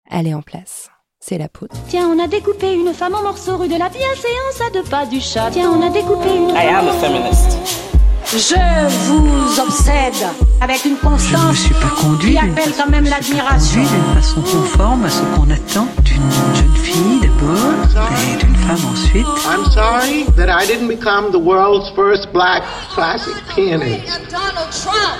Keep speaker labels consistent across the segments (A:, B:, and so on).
A: elle est en place. C'est la poudre.
B: Tiens, on a découpé une femme en morceaux rue de la bienséance à 2 pas du chat. Tiens, on a découpé une
C: I am a feminist.
B: Je vous obsède avec une constance.
D: Je ne me suis pas conduit
B: qui appelle quand même l'admiration.
D: D'une façon conforme à ce qu'on attend d'une jeune fille d'abord et d'une femme ensuite.
E: I'm sorry that I didn't become the world's first black classic pianist.
B: Donald Trump.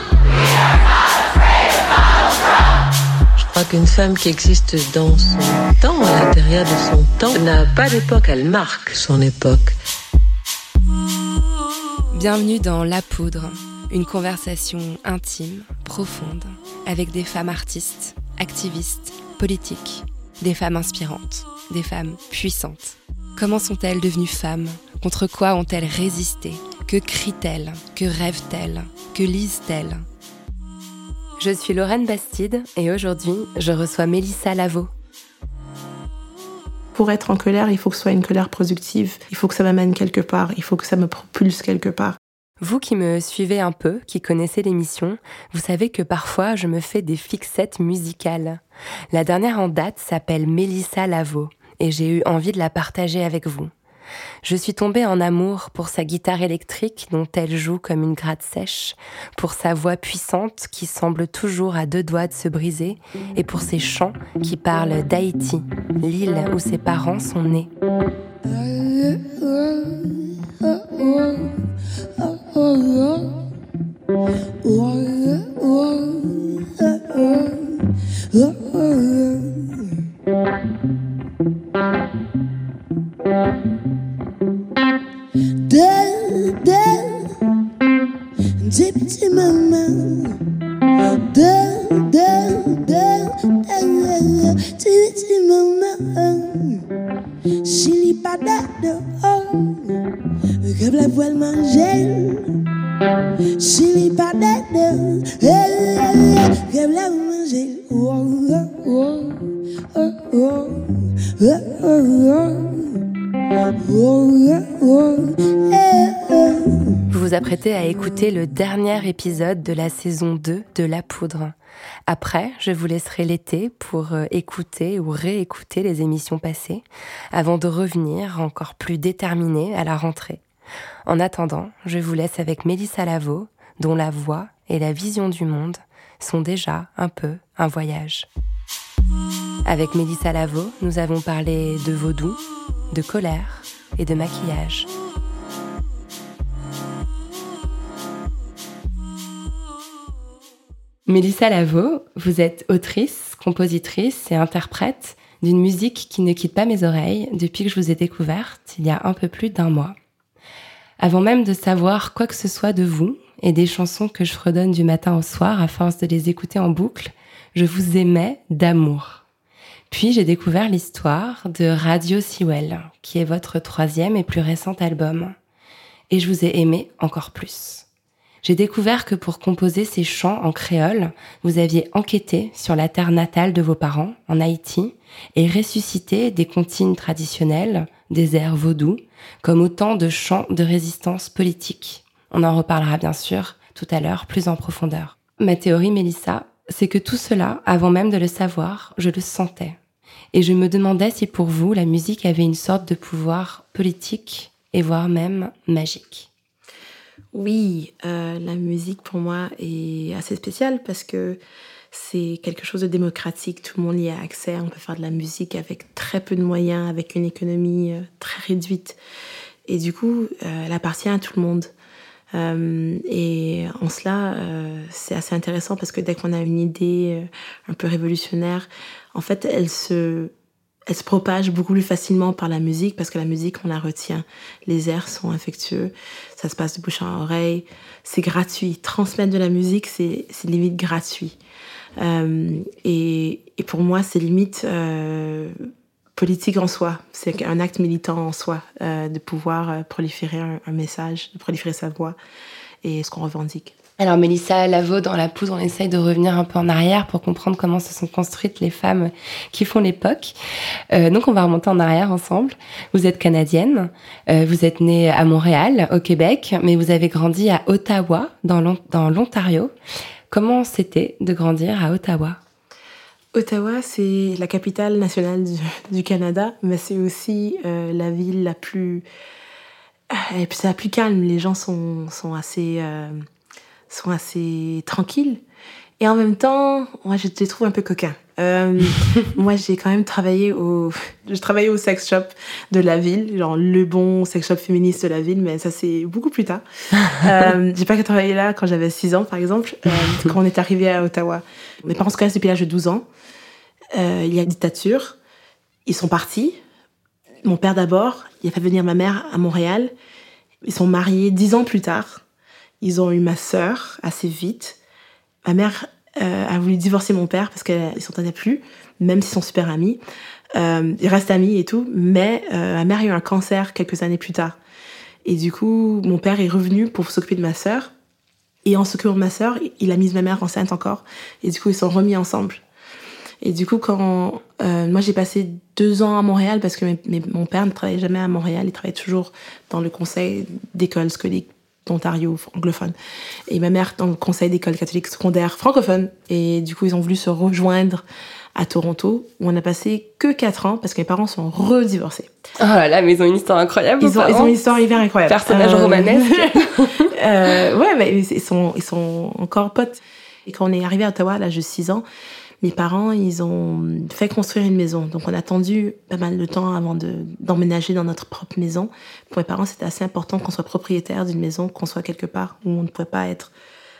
F: Je crois qu'une femme qui existe dans son temps, à l'intérieur de son temps, n'a pas d'époque, elle marque son époque.
A: Bienvenue dans La Poudre, une conversation intime, profonde, avec des femmes artistes, activistes, politiques, des femmes inspirantes, des femmes puissantes. Comment sont-elles devenues femmes ? Contre quoi ont-elles résisté ? Que crient-elles ? Que rêvent-elles ? Que lisent-elles ? Je suis Lorraine Bastide et aujourd'hui, je reçois Mélissa Lavo.
G: Pour être en colère, il faut que ce soit une colère productive. Il faut que ça m'amène quelque part. Il faut que ça me propulse quelque part.
A: Vous qui me suivez un peu, qui connaissez l'émission, vous savez que parfois je me fais des fixettes musicales. La dernière en date s'appelle Mélissa Lavo et j'ai eu envie de la partager avec vous. Je suis tombée en amour pour sa guitare électrique dont elle joue comme une gratte sèche, pour sa voix puissante qui semble toujours à 2 doigts de se briser et pour ses chants qui parlent d'Haïti, l'île où ses parents sont nés.
H: Gypsy mama, gypsy mama, chili patate, que la voile manger, chili patate, que la manger,
A: Vous vous apprêtez à écouter le dernier épisode de la saison 2 de La Poudre. Après, je vous laisserai l'été pour écouter ou réécouter les émissions passées, avant de revenir encore plus déterminée à la rentrée. En attendant, je vous laisse avec Mélissa Lavo, dont la voix et la vision du monde sont déjà un peu un voyage. Avec Mélissa Lavo, nous avons parlé de vaudou, de colère et de maquillage. Mélissa Lavo, vous êtes autrice, compositrice et interprète d'une musique qui ne quitte pas mes oreilles depuis que je vous ai découverte il y a un peu plus d'1 mois. Avant même de savoir quoi que ce soit de vous et des chansons que je fredonne du matin au soir à force de les écouter en boucle, je vous aimais d'amour. Puis j'ai découvert l'histoire de Radio Sewell, qui est votre 3e et plus récent album. Et je vous ai aimé encore plus. J'ai découvert que pour composer ces chants en créole, vous aviez enquêté sur la terre natale de vos parents, en Haïti, et ressuscité des comptines traditionnelles, des airs vaudous, comme autant de chants de résistance politique. On en reparlera bien sûr tout à l'heure plus en profondeur. Ma théorie, Mélissa, c'est que tout cela, avant même de le savoir, je le sentais. Et je me demandais si pour vous, la musique avait une sorte de pouvoir politique et voire même magique.
G: Oui, la musique pour moi est assez spéciale parce que c'est quelque chose de démocratique. Tout le monde y a accès. On peut faire de la musique avec très peu de moyens, avec une économie très réduite. Et du coup, elle appartient à tout le monde. Et en cela, c'est assez intéressant parce que dès qu'on a une idée un peu révolutionnaire, en fait, elle se propage beaucoup plus facilement par la musique parce que la musique, on la retient. Les airs sont infectieux, ça se passe de bouche à oreille, c'est gratuit. Transmettre de la musique, c'est limite gratuit. Et pour moi, c'est limite politique en soi. C'est un acte militant en soi de pouvoir proliférer un message, de proliférer sa voix et ce qu'on revendique.
A: Alors Mélissa Lavo, dans La Poudre, on essaye de revenir un peu en arrière pour comprendre comment se sont construites les femmes qui font l'époque. Donc on va remonter en arrière ensemble. Vous êtes canadienne, vous êtes née à Montréal, au Québec, mais vous avez grandi à Ottawa, dans l'Ontario. Comment c'était de grandir à Ottawa ?
G: Ottawa, c'est la capitale nationale du Canada, mais c'est aussi la ville la plus calme. Les gens sont assez tranquilles. Et en même temps, moi, je les trouve un peu coquins. Moi, j'ai quand même travaillé au sex shop de la ville, genre le bon sex shop féministe de la ville, mais ça, c'est beaucoup plus tard. J'ai pas travaillé là quand j'avais 6 ans, par exemple, quand on est arrivé à Ottawa. Mes parents se connaissent depuis l'âge de 12 ans. Il y a une dictature. Ils sont partis. Mon père d'abord. Il a fait venir ma mère à Montréal. Ils sont mariés 10 ans plus tard. Ils ont eu ma sœur assez vite. Ma mère a voulu divorcer mon père parce qu'ils ne s'entendaient plus, même s'ils sont super amis. Ils restent amis et tout, mais ma mère a eu un cancer quelques années plus tard. Et du coup, mon père est revenu pour s'occuper de ma sœur. Et en s'occupant de ma sœur, il a mis ma mère enceinte encore. Et du coup, ils sont remis ensemble. Et du coup, quand moi, j'ai passé 2 ans à Montréal parce que mon père ne travaillait jamais à Montréal. Il travaillait toujours dans le conseil d'école scolaire d'Ontario anglophone. Et ma mère dans le conseil d'école catholique secondaire francophone. Et du coup, ils ont voulu se rejoindre à Toronto, où on a passé que 4 ans parce que mes parents sont redivorcés.
A: Oh là là, mais ils ont une histoire incroyable.
G: Ils ont une histoire hyper incroyable.
A: Personnage romanesque.
G: Ouais, mais ils sont encore potes. Et quand on est arrivé à Ottawa, à l'âge de 6 ans, mes parents, ils ont fait construire une maison. Donc, on a attendu pas mal de temps avant d'emménager dans notre propre maison. Pour mes parents, c'était assez important qu'on soit propriétaire d'une maison, qu'on soit quelque part d'où on ne pouvait pas être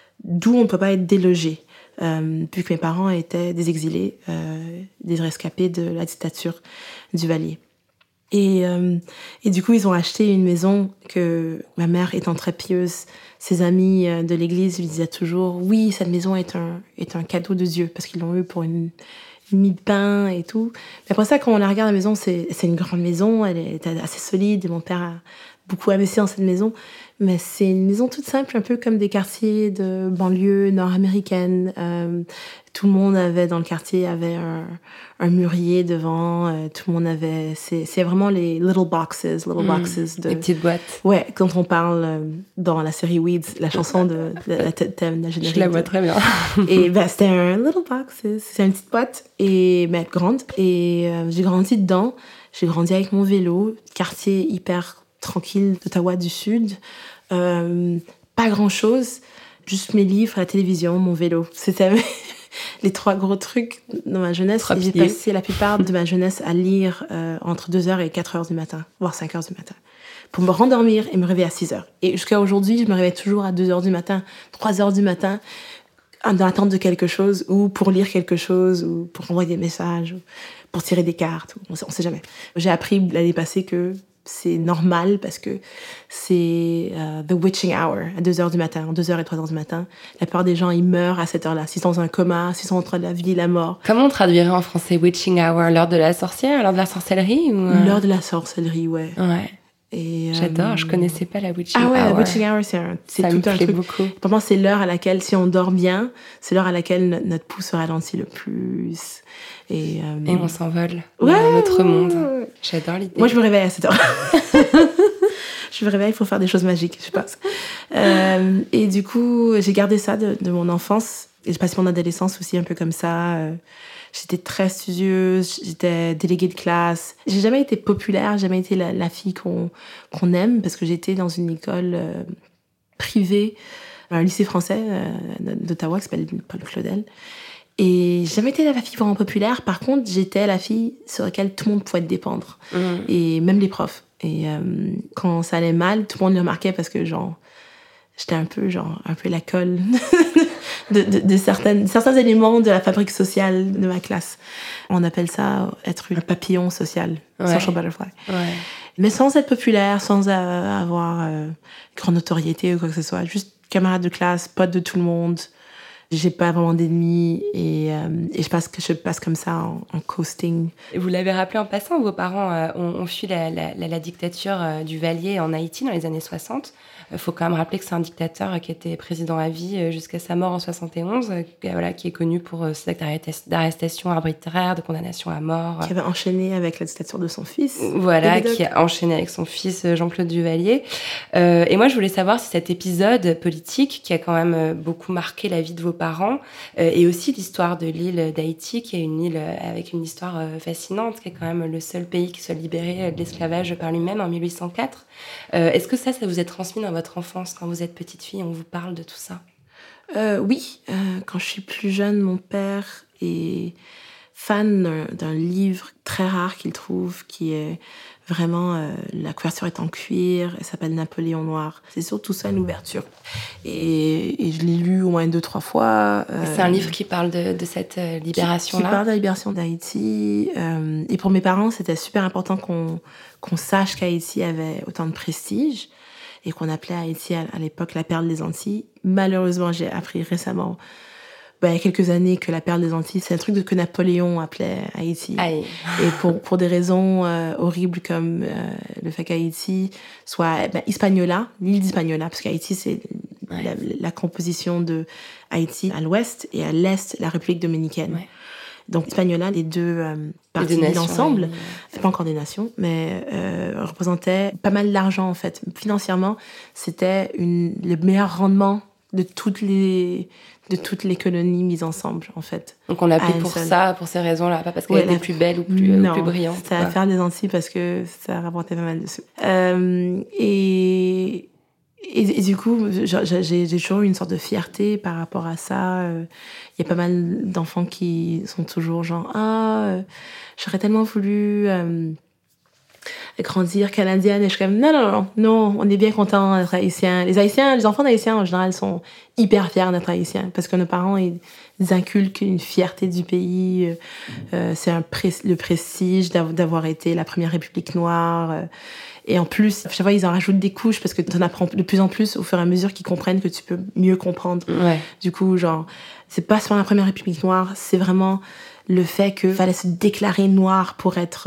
G: délogé. Vu que mes parents étaient des exilés, des rescapés de la dictature du Valier. Et du coup, ils ont acheté une maison que ma mère étant très pieuse, ses amis de l'église lui disaient toujours « Oui, cette maison est un cadeau de Dieu » parce qu'ils l'ont eu pour une mie de pain et tout. Mais après ça, quand on la regarde, la maison, c'est une grande maison, elle est assez solide et mon père a beaucoup investi dans cette maison. Mais c'est une maison toute simple, un peu comme des quartiers de banlieue nord-américaine. Tout le monde dans le quartier avait un mûrier devant. Tout le monde avait... C'est vraiment les little boxes de...
A: Les petites boîtes.
G: Ouais, quand on parle dans la série Weeds, la chanson de la thème, la générique.
A: Je la vois très bien.
G: Et c'était un little boxes. C'est une petite boîte, mais grande. Et j'ai grandi dedans. J'ai grandi avec mon vélo. Quartier hyper tranquille d'Ottawa du Sud. Pas grand-chose. Juste mes livres, la télévision, mon vélo. C'était les 3 gros trucs dans ma jeunesse. Et j'ai passé la plupart de ma jeunesse à lire entre 2h et 4h du matin, voire 5h du matin, pour me rendormir et me réveiller à 6h. Et jusqu'à aujourd'hui, je me réveille toujours à 2h du matin, 3h du matin, dans l'attente de quelque chose, ou pour lire quelque chose, ou pour envoyer des messages, ou pour tirer des cartes. On sait jamais. J'ai appris l'année passée que c'est normal parce que c'est the witching hour, à 2h du matin, 2h et 3h du matin. La plupart des gens, ils meurent à cette heure-là. S'ils sont dans un coma, s'ils sont entre la vie et la mort.
A: Comment on traduirait en français witching hour? L'heure de la sorcière? L'heure de la sorcellerie ou
G: L'heure de la sorcellerie, ouais.
A: Ouais.
G: Et,
A: j'adore, je connaissais pas la witching hour.
G: Ah ouais, la witching hour, c'est tout un truc.
A: Beaucoup.
G: Pour moi, c'est l'heure à laquelle, si on dort bien, c'est l'heure à laquelle notre pouls se ralentit le plus. Et
A: on s'envole dans notre monde. J'adore l'idée.
G: Moi, je me réveille à cette heure. Je me réveille, il faut faire des choses magiques, je pense. Et du coup, j'ai gardé ça de mon enfance. Et j'ai passé mon adolescence aussi un peu comme ça. J'étais très studieuse, j'étais déléguée de classe. J'ai jamais été populaire, j'ai jamais été la fille qu'on aime, parce que j'étais dans une école privée, un lycée français d'Ottawa qui s'appelle Paul Claudel. Et j'ai jamais été la fille vraiment populaire. Par contre, j'étais la fille sur laquelle tout le monde pouvait dépendre. Et même les profs. Et quand ça allait mal, tout le monde le remarquait parce que j'étais un peu la colle de certains éléments de la fabrique sociale de ma classe. On appelle ça être un papillon social, social butterfly. Ouais. Mais sans être populaire, sans avoir grande notoriété ou quoi que ce soit. Juste camarade de classe, pote de tout le monde. J'ai pas vraiment d'ennemis et je passe comme ça en coasting.
A: Et vous l'avez rappelé en passant, vos parents ont fui la dictature du Valier en Haïti dans les années 60. faut quand même rappeler que c'est un dictateur qui était président à vie jusqu'à sa mort en 71, voilà, qui est connu pour ses actes d'arrestation arbitraire, de condamnation à mort.
G: Qui avait enchaîné avec la dictature de son fils.
A: Voilà, qui a enchaîné avec son fils Jean-Claude Duvalier. Et moi, je voulais savoir si cet épisode politique, qui a quand même beaucoup marqué la vie de vos parents, et aussi l'histoire de l'île d'Haïti, qui est une île avec une histoire fascinante, qui est quand même le seul pays qui soit libéré de l'esclavage par lui-même en 1804. Est-ce que ça vous est transmis dans votre enfance, quand vous êtes petite fille, on vous parle de tout ça?
G: Oui, quand je suis plus jeune, mon père est fan d'un livre très rare qu'il trouve, qui est vraiment, la couverture est en cuir, elle s'appelle Napoléon Noir. C'est surtout ça, une ouverture. Et je l'ai lu au moins 2-3 fois.
A: C'est un livre qui parle de cette libération-là.
G: Qui parle de la libération d'Haïti. Et pour mes parents, c'était super important qu'on sache qu'Haïti avait autant de prestige et qu'on appelait Haïti à l'époque la perle des Antilles. Malheureusement, j'ai appris récemment, il y a quelques années, que la perle des Antilles, c'est un truc que Napoléon appelait Haïti.
A: Aïe.
G: Et pour des raisons horribles comme le fait qu'Haïti soit Hispaniola, l'île d'Hispaniola, parce qu'Haïti, c'est la composition de Haïti à l'ouest et à l'est, la République dominicaine. Ouais. Donc Hispaniola, les deux parties de l'ensemble, c'est pas encore des nations, mais représentaient pas mal d'argent en fait. Financièrement, c'était le meilleur rendement de toutes les colonies mises ensemble, en fait. Donc
A: on l'appelait pour ça, pour ces raisons-là, pas parce qu'elle était plus belle ou plus brillante.
G: C'était à faire des Antilles parce que ça rapportait pas mal de sous. Et du coup, j'ai toujours eu une sorte de fierté par rapport à ça. Il y a pas mal d'enfants qui sont toujours genre « j'aurais tellement voulu... grandir canadienne », et je suis comme non, on est bien contents d'être haïtiens. Les enfants d'haïtiens en général sont hyper fiers d'être haïtiens parce que nos parents ils inculquent une fierté du pays, c'est le prestige d'avoir été la première république noire, et en plus chaque fois ils en rajoutent des couches parce que tu en apprends de plus en plus au fur et à mesure qu'ils comprennent que tu peux mieux comprendre. Du coup, genre, c'est pas seulement la première république noire, c'est vraiment le fait qu'il fallait se déclarer noir pour être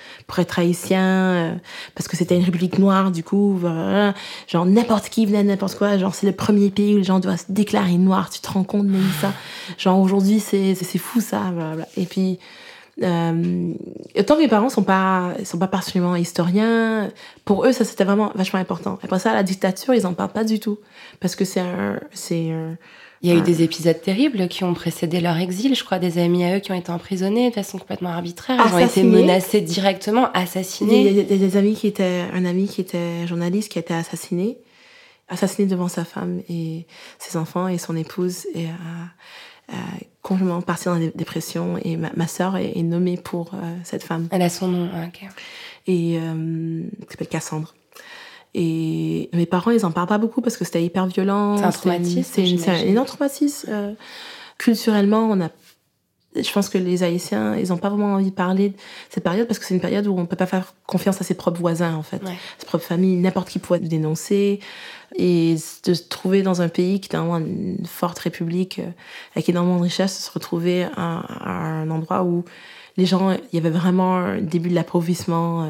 G: haïtien, parce que c'était une république noire, du coup, genre n'importe qui venait, n'importe quoi, genre c'est le premier pays où les gens doivent se déclarer noir, tu te rends compte, même ça, genre aujourd'hui c'est fou ça, blablabla. Et puis autant que mes parents sont pas particulièrement historiens, pour eux ça c'était vraiment vachement important. Après ça, la dictature, ils en parlent pas du tout, parce que
A: il y a eu des épisodes terribles qui ont précédé leur exil, je crois, des amis à eux qui ont été emprisonnés de façon complètement arbitraire. Ils ont été menacés directement, assassinés.
G: Il y a des amis un ami qui était journaliste qui a été assassiné devant sa femme et ses enfants et son épouse, et complètement parti dans la dépression. Et ma sœur est nommée pour cette femme.
A: Elle a son nom, ok.
G: Et elle s'appelle Cassandre. Et mes parents, ils en parlent pas beaucoup parce que c'était hyper violent.
A: C'est un traumatisme.
G: C'est un énorme traumatisme. Culturellement, je pense que les Haïtiens, ils ont pas vraiment envie de parler de cette période parce que c'est une période où on peut pas faire confiance à ses propres voisins, en fait. Ses propres familles, n'importe qui pouvait dénoncer. Et de se trouver dans un pays qui était vraiment une forte république avec énormément de richesses, se retrouver à un endroit où les gens, il y avait vraiment un début de l'appauvrissement.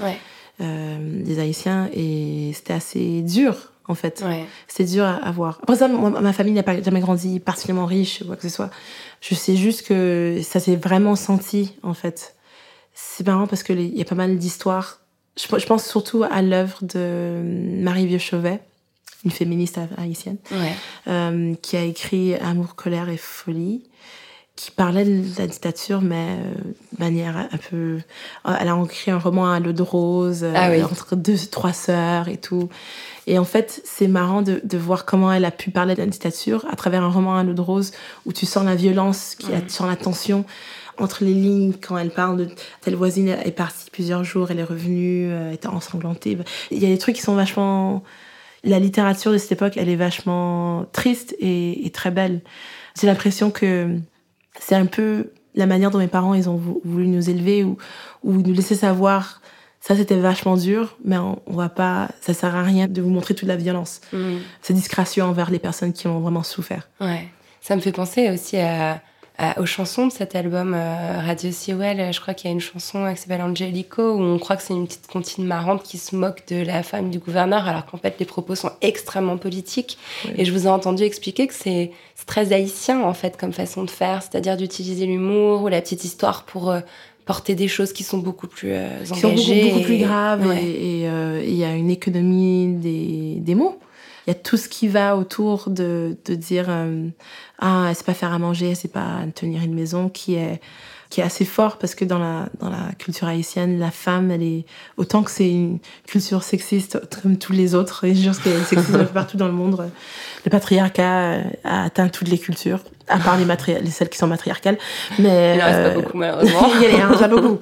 G: Des Haïtiens, et c'était assez dur en fait. C'était dur à voir. Après ça, ma famille n'a pas jamais grandi particulièrement riche ou quoi que ce soit. Je sais juste que ça s'est vraiment senti en fait. C'est marrant parce que il y a pas mal d'histoires. Je pense surtout à l'œuvre de Marie Vieux-Chauvet, une féministe haïtienne, qui a écrit Amour, colère et folie, qui parlait de la dictature, mais de manière un peu... Elle a écrit un roman à l'eau de rose, entre 2-3 sœurs et tout. Et en fait, c'est marrant de voir comment elle a pu parler de la dictature à travers un roman à l'eau de rose où tu sens la violence, tu sens la tension entre les lignes quand elle parle de telle voisine est partie plusieurs jours, elle est revenue, était ensanglantée. Il y a des trucs qui sont vachement... La littérature de cette époque, elle est vachement triste et très belle. J'ai l'impression que c'est un peu la manière dont mes parents ils ont voulu nous élever ou nous laisser savoir ça c'était vachement dur, mais on va pas, ça sert à rien de vous montrer toute la violence. C'est discrétion envers les personnes qui ont vraiment souffert.
A: Ça me fait penser aussi à aux chansons de cet album Radio Sewell. Je crois qu'il y a une chanson qui s'appelle Angelico, où on croit que c'est une petite comptine marrante qui se moque de la femme du gouverneur, alors qu'en fait les propos sont extrêmement politiques. Oui. Et je vous ai entendu expliquer que c'est très haïtien en fait comme façon de faire, c'est-à-dire d'utiliser l'humour ou la petite histoire pour porter des choses qui sont beaucoup plus engagées.
G: Qui sont beaucoup plus graves, et il y a une économie des mots. Il y a tout ce qui va autour de dire c'est pas faire à manger, c'est pas tenir une maison, qui est assez fort, parce que dans la culture haïtienne, la femme, elle est, autant que c'est une culture sexiste comme tous les autres, et je jure qu'elle est sexiste un peu partout dans le monde, le patriarcat a atteint toutes les cultures, à part les celles qui sont matriarcales, mais
A: il en reste pas beaucoup, malheureusement.
G: Il en reste pas beaucoup.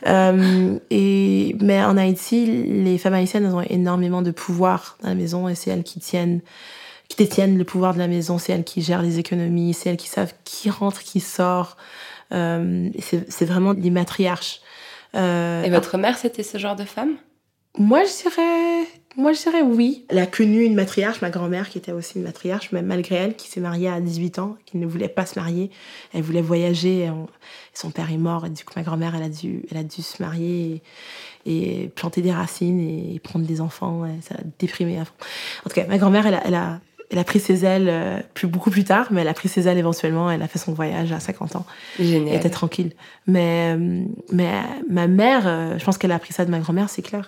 G: Mais en Haïti, les femmes haïtiennes, elles ont énormément de pouvoir dans la maison, et c'est elles qui détiennent le pouvoir de la maison, c'est elles qui gèrent les économies, c'est elles qui savent qui rentre, qui sort. C'est vraiment des matriarches.
A: Et votre mère, c'était ce genre de femme ?
G: Moi, je dirais oui. Elle a connu une matriarche, ma grand-mère, qui était aussi une matriarche, mais malgré elle, qui s'est mariée à 18 ans, qui ne voulait pas se marier. Elle voulait voyager. Son père est mort, et du coup, ma grand-mère, elle a dû se marier et planter des racines et prendre des enfants. Ça l'a déprimée à fond. En tout cas, ma grand-mère, elle a pris ses ailes beaucoup plus tard, mais elle a pris ses ailes éventuellement. Elle a fait son voyage à 50 ans.
A: Génial.
G: Elle était tranquille. Mais ma mère, je pense qu'elle a appris ça de ma grand-mère, c'est clair.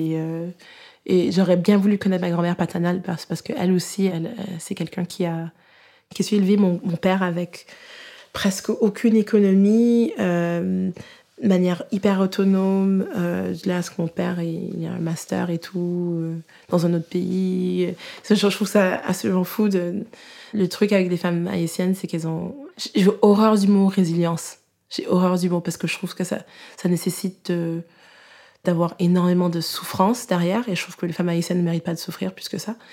G: Et j'aurais bien voulu connaître ma grand-mère paternelle, parce qu'elle aussi, c'est quelqu'un qui a su élever mon père avec presque aucune économie, de manière hyper autonome. Là, ce que mon père, il a un master et tout, dans un autre pays. Je trouve ça absolument fou. Le truc avec les femmes haïtiennes, c'est qu'elles ont... J'ai horreur du mot résilience. J'ai horreur du mot, parce que je trouve que ça nécessite d'avoir énormément de souffrance derrière, et je trouve que les femmes haïtiennes ne méritent pas de souffrir plus que ça.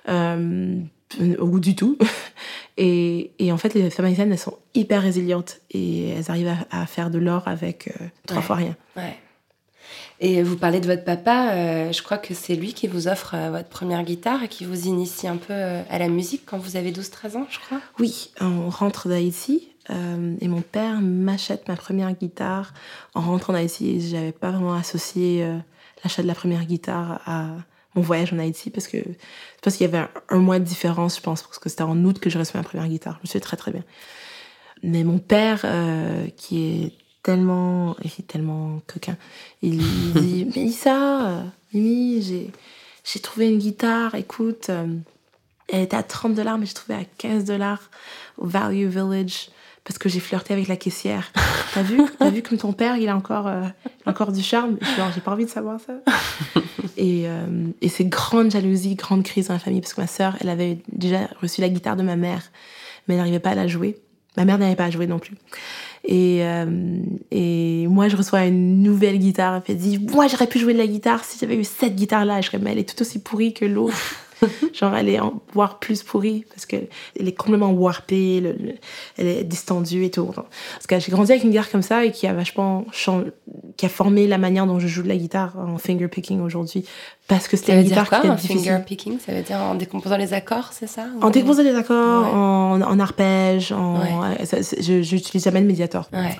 G: Ou du tout. Et en fait, les femmes haïtiennes, elles sont hyper résilientes, et elles arrivent à faire de l'or avec 3 fois rien.
A: Ouais. Et vous parlez de votre papa, je crois que c'est lui qui vous offre votre première guitare et qui vous initie un peu à la musique quand vous avez 12-13 ans, je crois.
G: Oui, on rentre d'Haïti, et mon père m'achète ma première guitare en rentrant d'Haïti. Je n'avais pas vraiment associé l'achat de la première guitare à mon voyage en Haïti, parce qu'il y avait un mois de différence, je pense, parce que c'était en août que j'ai reçu ma première guitare. Je me souviens très très bien. Mais mon père, qui est tellement coquin, il dit « Mélissa, Mimi, j'ai trouvé une guitare, écoute, elle était à $30, mais j'ai trouvé à $15 au Value Village, parce que j'ai flirté avec la caissière. T'as vu comme ton père, il a encore du charme. » Genre, j'ai pas envie de savoir ça. Et c'est grande jalousie, grande crise dans la famille, parce que ma sœur, elle avait déjà reçu la guitare de ma mère, mais elle n'arrivait pas à la jouer. Ma mère n'arrivait pas à jouer non plus. Et moi, je reçois une nouvelle guitare. Elle dit, moi, j'aurais pu jouer de la guitare si j'avais eu cette guitare-là. Mais elle est tout aussi pourrie que l'autre. Genre, elle est voire plus pourrie, parce qu'elle est complètement warpée, elle est distendue et tout. Parce que j'ai grandi avec une guitare comme ça, et qui a vachement qui a formé la manière dont je joue de la guitare en fingerpicking aujourd'hui, parce que c'était une guitare qui était difficile.
A: Ça veut dire quoi, fingerpicking? Ça veut dire en décomposant les accords, c'est ça?
G: En décomposant les accords, ouais. en arpège, j'utilise jamais le médiator.
A: Ouais.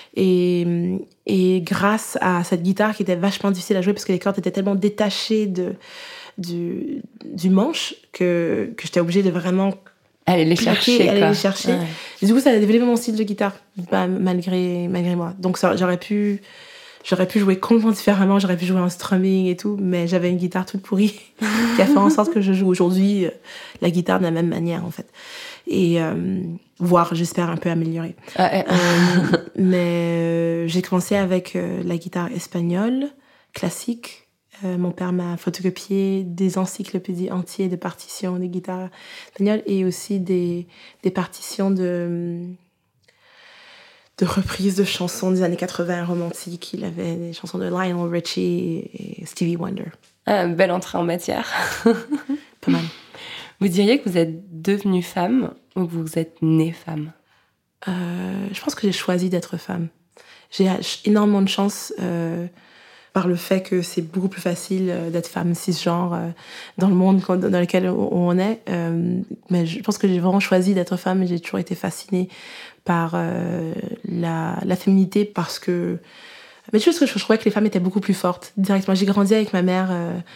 G: Et grâce à cette guitare qui était vachement difficile à jouer, parce que les cordes étaient tellement détachées du manche que j'étais obligée de vraiment
A: aller les chercher.
G: Ouais. Et du coup, ça a développé mon style de guitare, malgré moi. Donc j'aurais pu jouer complètement différemment, j'aurais pu jouer en strumming et tout, mais j'avais une guitare toute pourrie qui a fait en sorte que je joue aujourd'hui la guitare de la même manière, en fait. Et voire, j'espère, un peu améliorée. Mais j'ai commencé avec la guitare espagnole, classique. Mon père m'a photocopié des encyclopédies entières de partitions de guitare espagnole, et aussi des partitions de reprises de chansons des années 80 romantiques. Il avait des chansons de Lionel Richie et Stevie Wonder.
A: Belle entrée en matière.
G: Pas mal.
A: Vous diriez que vous êtes devenue femme ou que vous êtes née femme?
G: Je pense que j'ai choisi d'être femme. J'ai énormément de chance par le fait que c'est beaucoup plus facile d'être femme cisgenre dans le monde dans lequel on est. Mais je pense que j'ai vraiment choisi d'être femme, et j'ai toujours été fascinée par la féminité, parce que... Mais juste que je trouvais que les femmes étaient beaucoup plus fortes, directement. J'ai grandi avec ma mère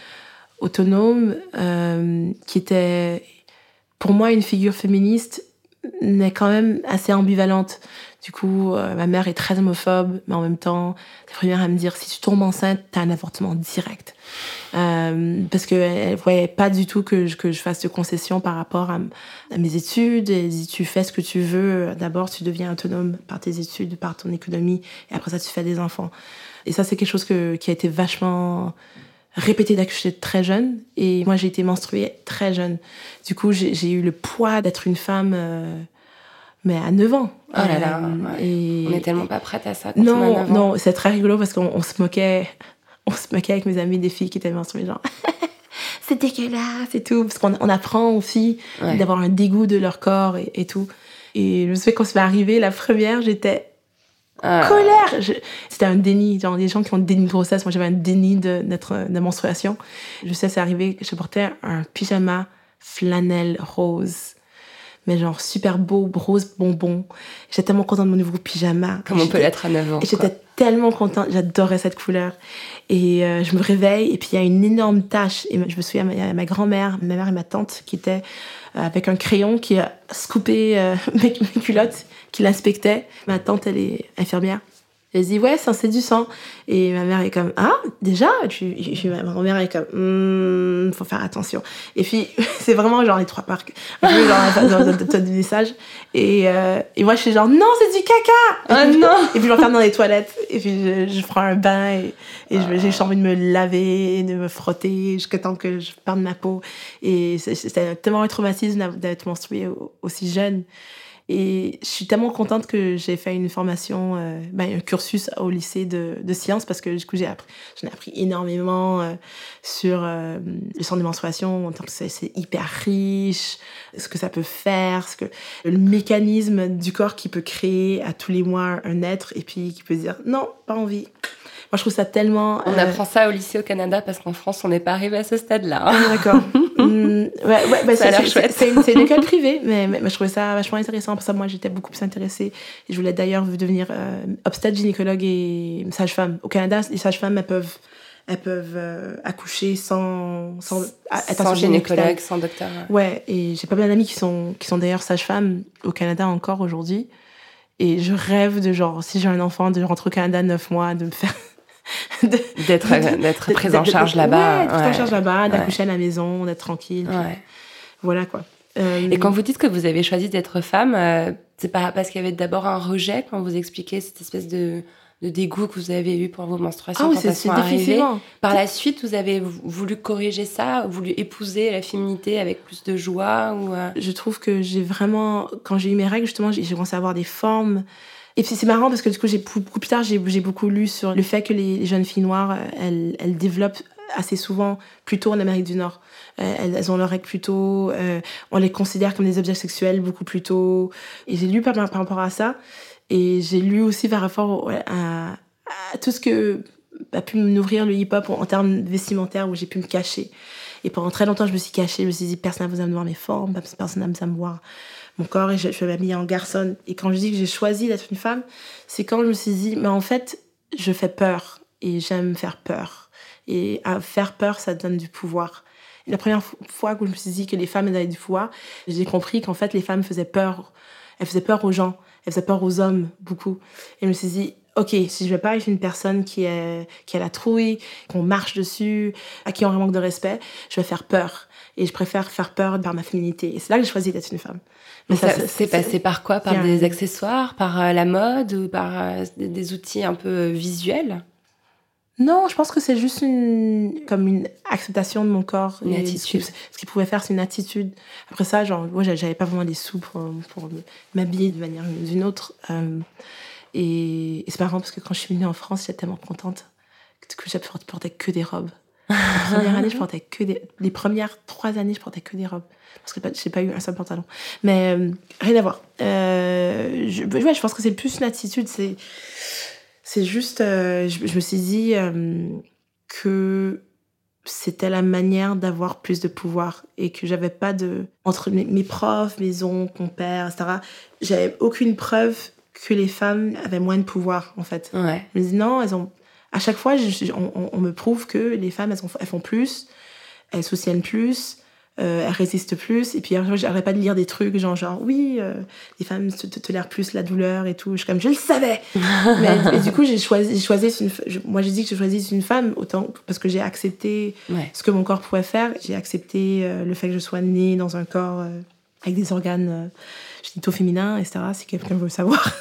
G: autonome, qui était, pour moi, une figure féministe, mais quand même assez ambivalente. Du coup, ma mère est très homophobe, mais en même temps, la première à me dire, si tu tombes enceinte, t'as un avortement direct. Parce qu'elle voyait pas du tout que je fasse de concessions par rapport à mes études. Elle dit, tu fais ce que tu veux. D'abord, tu deviens autonome par tes études, par ton économie, et après ça, tu fais des enfants. Et ça, c'est quelque chose qui a été vachement répété dès que j'étais très jeune. Et moi, j'ai été menstruée très jeune. Du coup, j'ai eu le poids d'être une femme... mais à 9 ans.
A: Oh là là, ouais.
G: Et...
A: On n'est tellement pas prête à ça quand on a 9 ans.
G: Non, c'est très rigolo parce qu'on se moquait avec mes amis des filles qui étaient menstruées, genre c'est dégueulasse et tout, parce qu'on apprend aux filles d'avoir un dégoût de leur corps et tout. Et je me souviens quand ça m'est arrivé, la première, j'étais colère. C'était un déni, genre des gens qui ont un déni de grossesse, moi j'avais un déni de menstruation. Je sais, c'est arrivé, je portais un pyjama flanelle rose, mais genre super beau, rose bonbon. J'étais tellement contente de mon nouveau pyjama.
A: Comme on peut l'être à 9 ans.
G: Et j'étais tellement contente, j'adorais cette couleur. Et je me réveille, et puis il y a une énorme tache. Et je me souviens, il y a ma grand-mère, ma mère et ma tante qui étaient avec un crayon qui a scoopé mes culottes, qui l'inspectaient. Ma tante, elle est infirmière. Elle dit, ouais, c'est du sang. Et ma mère est comme, ah, déjà? Ma grand-mère est comme, faut faire attention. Et puis, c'est vraiment genre les trois parcs. Genre, des messages. Et moi, je suis genre, non, c'est du caca!
A: Oh non!
G: Et puis, je l'enferme dans les toilettes. Et puis, je prends un bain et j'ai envie de me laver, de me frotter jusqu'à temps que je perde ma peau. Et c'était tellement un traumatisme d'être menstruée aussi jeune. Et je suis tellement contente que j'ai fait une formation, un cursus au lycée de sciences, parce que du coup, j'en ai appris énormément sur le sang des menstruations. C'est hyper riche, ce que ça peut faire, le mécanisme du corps qui peut créer à tous les mois un être, et puis qui peut dire non, pas envie. Moi, je trouve ça tellement...
A: On apprend ça au lycée au Canada, parce qu'en France, on n'est pas arrivé à ce stade-là.
G: Ah, d'accord.
A: Ça a l'air chouette.
G: C'est une école privée, mais je trouvais ça vachement intéressant. Pour ça, moi, j'étais beaucoup plus intéressée. Et je voulais d'ailleurs devenir obstétrique, gynécologue et sage-femme. Au Canada, les sages-femmes, elles peuvent accoucher sans
A: gynécologue, sans docteur.
G: Ouais, et j'ai pas mal d'amis qui sont d'ailleurs sages-femmes au Canada encore aujourd'hui. Et je rêve de, genre, si j'ai un enfant, de rentrer au Canada 9 mois, de me faire...
A: d'être prise en charge là-bas.
G: Ouais, prise en charge là-bas, d'accoucher à la maison, d'être tranquille.
A: Ouais.
G: Voilà, quoi.
A: Et quand vous dites que vous avez choisi d'être femme, c'est pas parce qu'il y avait d'abord un rejet quand vous expliquez cette espèce de dégoût que vous avez eu pour vos menstruations quand elles sont arrivées. Par la suite, vous avez voulu corriger ça, voulu épouser la féminité avec plus de joie ou
G: Je trouve que j'ai vraiment... Quand j'ai eu mes règles, justement, j'ai commencé à avoir des formes. Et puis c'est marrant parce que du coup, beaucoup plus tard, j'ai beaucoup lu sur le fait que les jeunes filles noires, elles développent assez souvent plus tôt en Amérique du Nord. Elles ont leurs règles plus tôt. On les considère comme des objets sexuels beaucoup plus tôt. Et j'ai lu par rapport à ça. Et j'ai lu aussi par rapport à tout ce que a pu me nourrir le hip-hop en termes vestimentaires, où j'ai pu me cacher. Et pendant très longtemps, je me suis cachée. Je me suis dit, personne n'a besoin de voir mes formes, personne n'a besoin de voir mon corps, et je vais m'habiller en garçon. Et quand je dis que j'ai choisi d'être une femme, c'est quand je me suis dit, mais en fait, je fais peur. Et j'aime faire peur. Et à faire peur, ça donne du pouvoir. Et la première fois que je me suis dit que les femmes avaient du pouvoir, j'ai compris qu'en fait, les femmes faisaient peur. Elles faisaient peur aux gens. Elles faisaient peur aux hommes, beaucoup. Et je me suis dit, ok, si je vais pas être une personne qui a la trouille, qu'on marche dessus, à qui on manque de respect, je vais faire peur. Et je préfère faire peur par ma féminité. Et c'est là que j'ai choisi d'être une femme.
A: Mais ça c'est passé par quoi? Par des accessoires, par la mode, ou par des outils un peu visuels?
G: Non, je pense que c'est juste comme une acceptation de mon corps.
A: Une attitude.
G: Ce qu'il pouvait faire, c'est une attitude. Après ça, genre, moi, j'avais pas vraiment des sous pour m'habiller de manière ou d'une autre. Et c'est marrant parce que quand je suis venue en France, j'étais tellement contente que je portais que des robes. La première année, je portais les premières 3 années, je portais que des robes. Parce que j'ai pas eu un seul pantalon. Mais rien à voir. Je pense que c'est plus une attitude. C'est juste... je me suis dit que c'était la manière d'avoir plus de pouvoir et que j'avais pas de... Entre mes profs, mes oncles, mon père, etc., j'avais aucune preuve que les femmes avaient moins de pouvoir, en fait.
A: Ouais.
G: Je me dis non, elles ont... À chaque fois, on me prouve que les femmes, elles font plus, elles soutiennent plus, elles résistent plus. Et puis, j'arrête pas de lire des trucs genre oui, les femmes tolèrent plus la douleur et tout. Je le savais. Mais du coup, j'ai dit que je choisisse une femme autant parce que j'ai accepté ce que mon corps pouvait faire. J'ai accepté le fait que je sois née dans un corps avec des organes génitaux féminins, etc. Si quelqu'un veut savoir.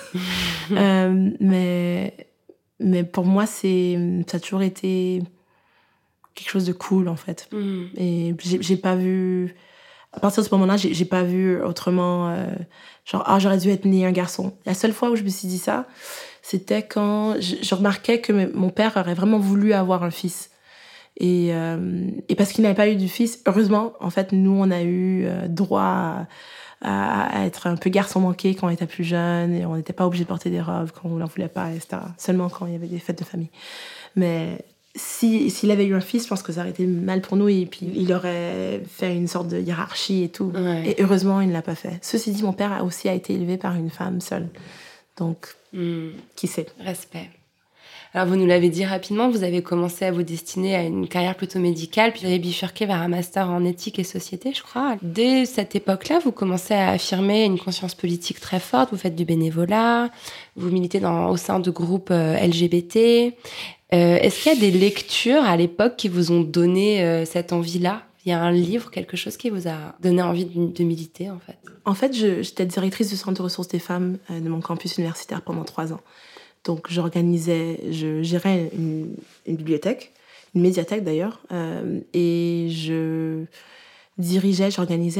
G: Mais pour moi, ça a toujours été quelque chose de cool, en fait. Et j'ai pas vu... À partir de ce moment-là, j'ai pas vu autrement... j'aurais dû être née un garçon. La seule fois où je me suis dit ça, c'était quand je remarquais que mon père aurait vraiment voulu avoir un fils. Et parce qu'il n'avait pas eu de fils, heureusement, en fait, nous, on a eu droit à être un peu garçon manqué quand on était plus jeune, et on n'était pas obligé de porter des robes quand on n'en voulait pas, etc. Seulement quand il y avait des fêtes de famille. Mais s'il avait eu un fils, je pense que ça aurait été mal pour nous, et puis il aurait fait une sorte de hiérarchie et tout. Ouais. Et heureusement, il ne l'a pas fait. Ceci dit, mon père a été élevé par une femme seule. Donc, qui sait?
A: Respect. Alors, vous nous l'avez dit rapidement, vous avez commencé à vous destiner à une carrière plutôt médicale, puis vous avez bifurqué vers un master en éthique et société, je crois. Dès cette époque-là, vous commencez à affirmer une conscience politique très forte, vous faites du bénévolat, vous militez au sein de groupes LGBT. Est-ce qu'il y a des lectures à l'époque qui vous ont donné cette envie-là? Il y a un livre, quelque chose qui vous a donné envie de militer, en fait? En fait,
G: j'étais directrice du centre de ressources des femmes de mon campus universitaire pendant 3 ans. Donc, je gérais une bibliothèque, une médiathèque d'ailleurs, et je dirigeais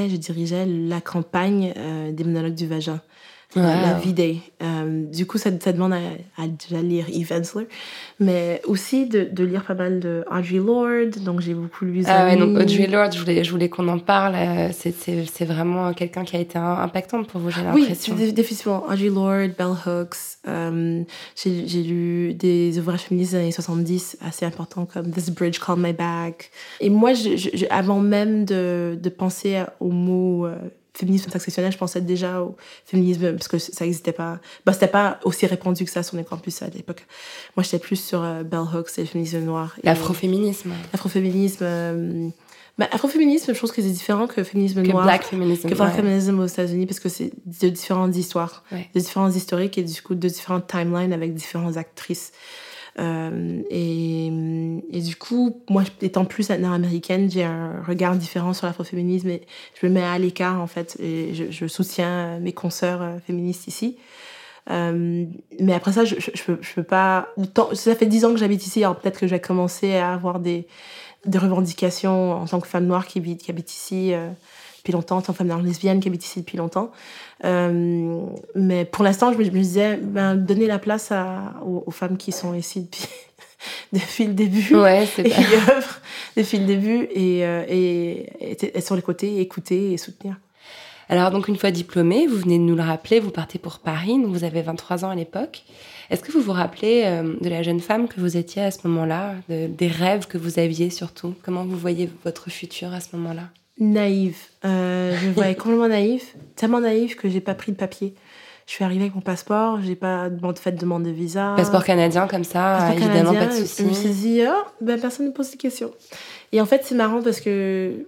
G: la campagne des monologues du vagin, la V-Day. Du coup, ça demande à déjà lire Eve Ensler, mais aussi de lire pas mal de Audre Lorde. Donc, j'ai beaucoup lu ça.
A: Ah ouais, donc Audre Lorde, je voulais qu'on en parle. C'est vraiment quelqu'un qui a été impactante pour vous, j'ai l'impression.
G: Oui, définitivement. Audre Lorde, Bell Hooks. J'ai lu des ouvrages féministes des années 70 assez importants comme This Bridge Called My Back. Et moi, avant même de penser au mot féminisme intersectionnel, je pensais déjà au féminisme parce que ça n'existait pas. C'était pas aussi répandu que ça sur les campus à l'époque. Moi, j'étais plus sur Bell Hooks et le féminisme noir.
A: L'afroféminisme.
G: Afroféminisme, je pense que c'est différent que féminisme noir.
A: Black feminism.
G: Que black feminism aux États-Unis, parce que c'est de différentes histoires, de différentes historiques et du coup de différentes timelines avec différentes actrices. Et du coup, moi, étant plus nord-américaine, j'ai un regard différent sur l'afroféminisme et je me mets à l'écart, en fait, et je soutiens mes consoeurs féministes ici. Mais après ça, je peux pas... Ça fait 10 ans que j'habite ici, alors peut-être que j'ai commencé à avoir des revendications en tant que femme noire qui habite ici depuis longtemps, en tant que femme noire lesbienne qui habite ici depuis longtemps. Mais pour l'instant, je me disais, donner la place aux femmes qui sont ici depuis le début.
A: Ouais, c'est
G: et qui œuvrent depuis le début et être sur les côtés, écouter et soutenir.
A: Alors, donc, une fois diplômée, vous venez de nous le rappeler, vous partez pour Paris, donc vous avez 23 ans à l'époque. Est-ce que vous vous rappelez de la jeune femme que vous étiez à ce moment-là, des rêves que vous aviez surtout? Comment vous voyez votre futur à ce moment-là?
G: Naïve. Je me voyais complètement naïve. Tellement naïve que j'ai pas pris de papier. Je suis arrivée avec mon passeport, j'ai pas fait de demande de visa.
A: Passeport canadien comme ça, évidemment, pas de souci.
G: Je me suis dit, personne ne me pose des questions. Et en fait, c'est marrant parce que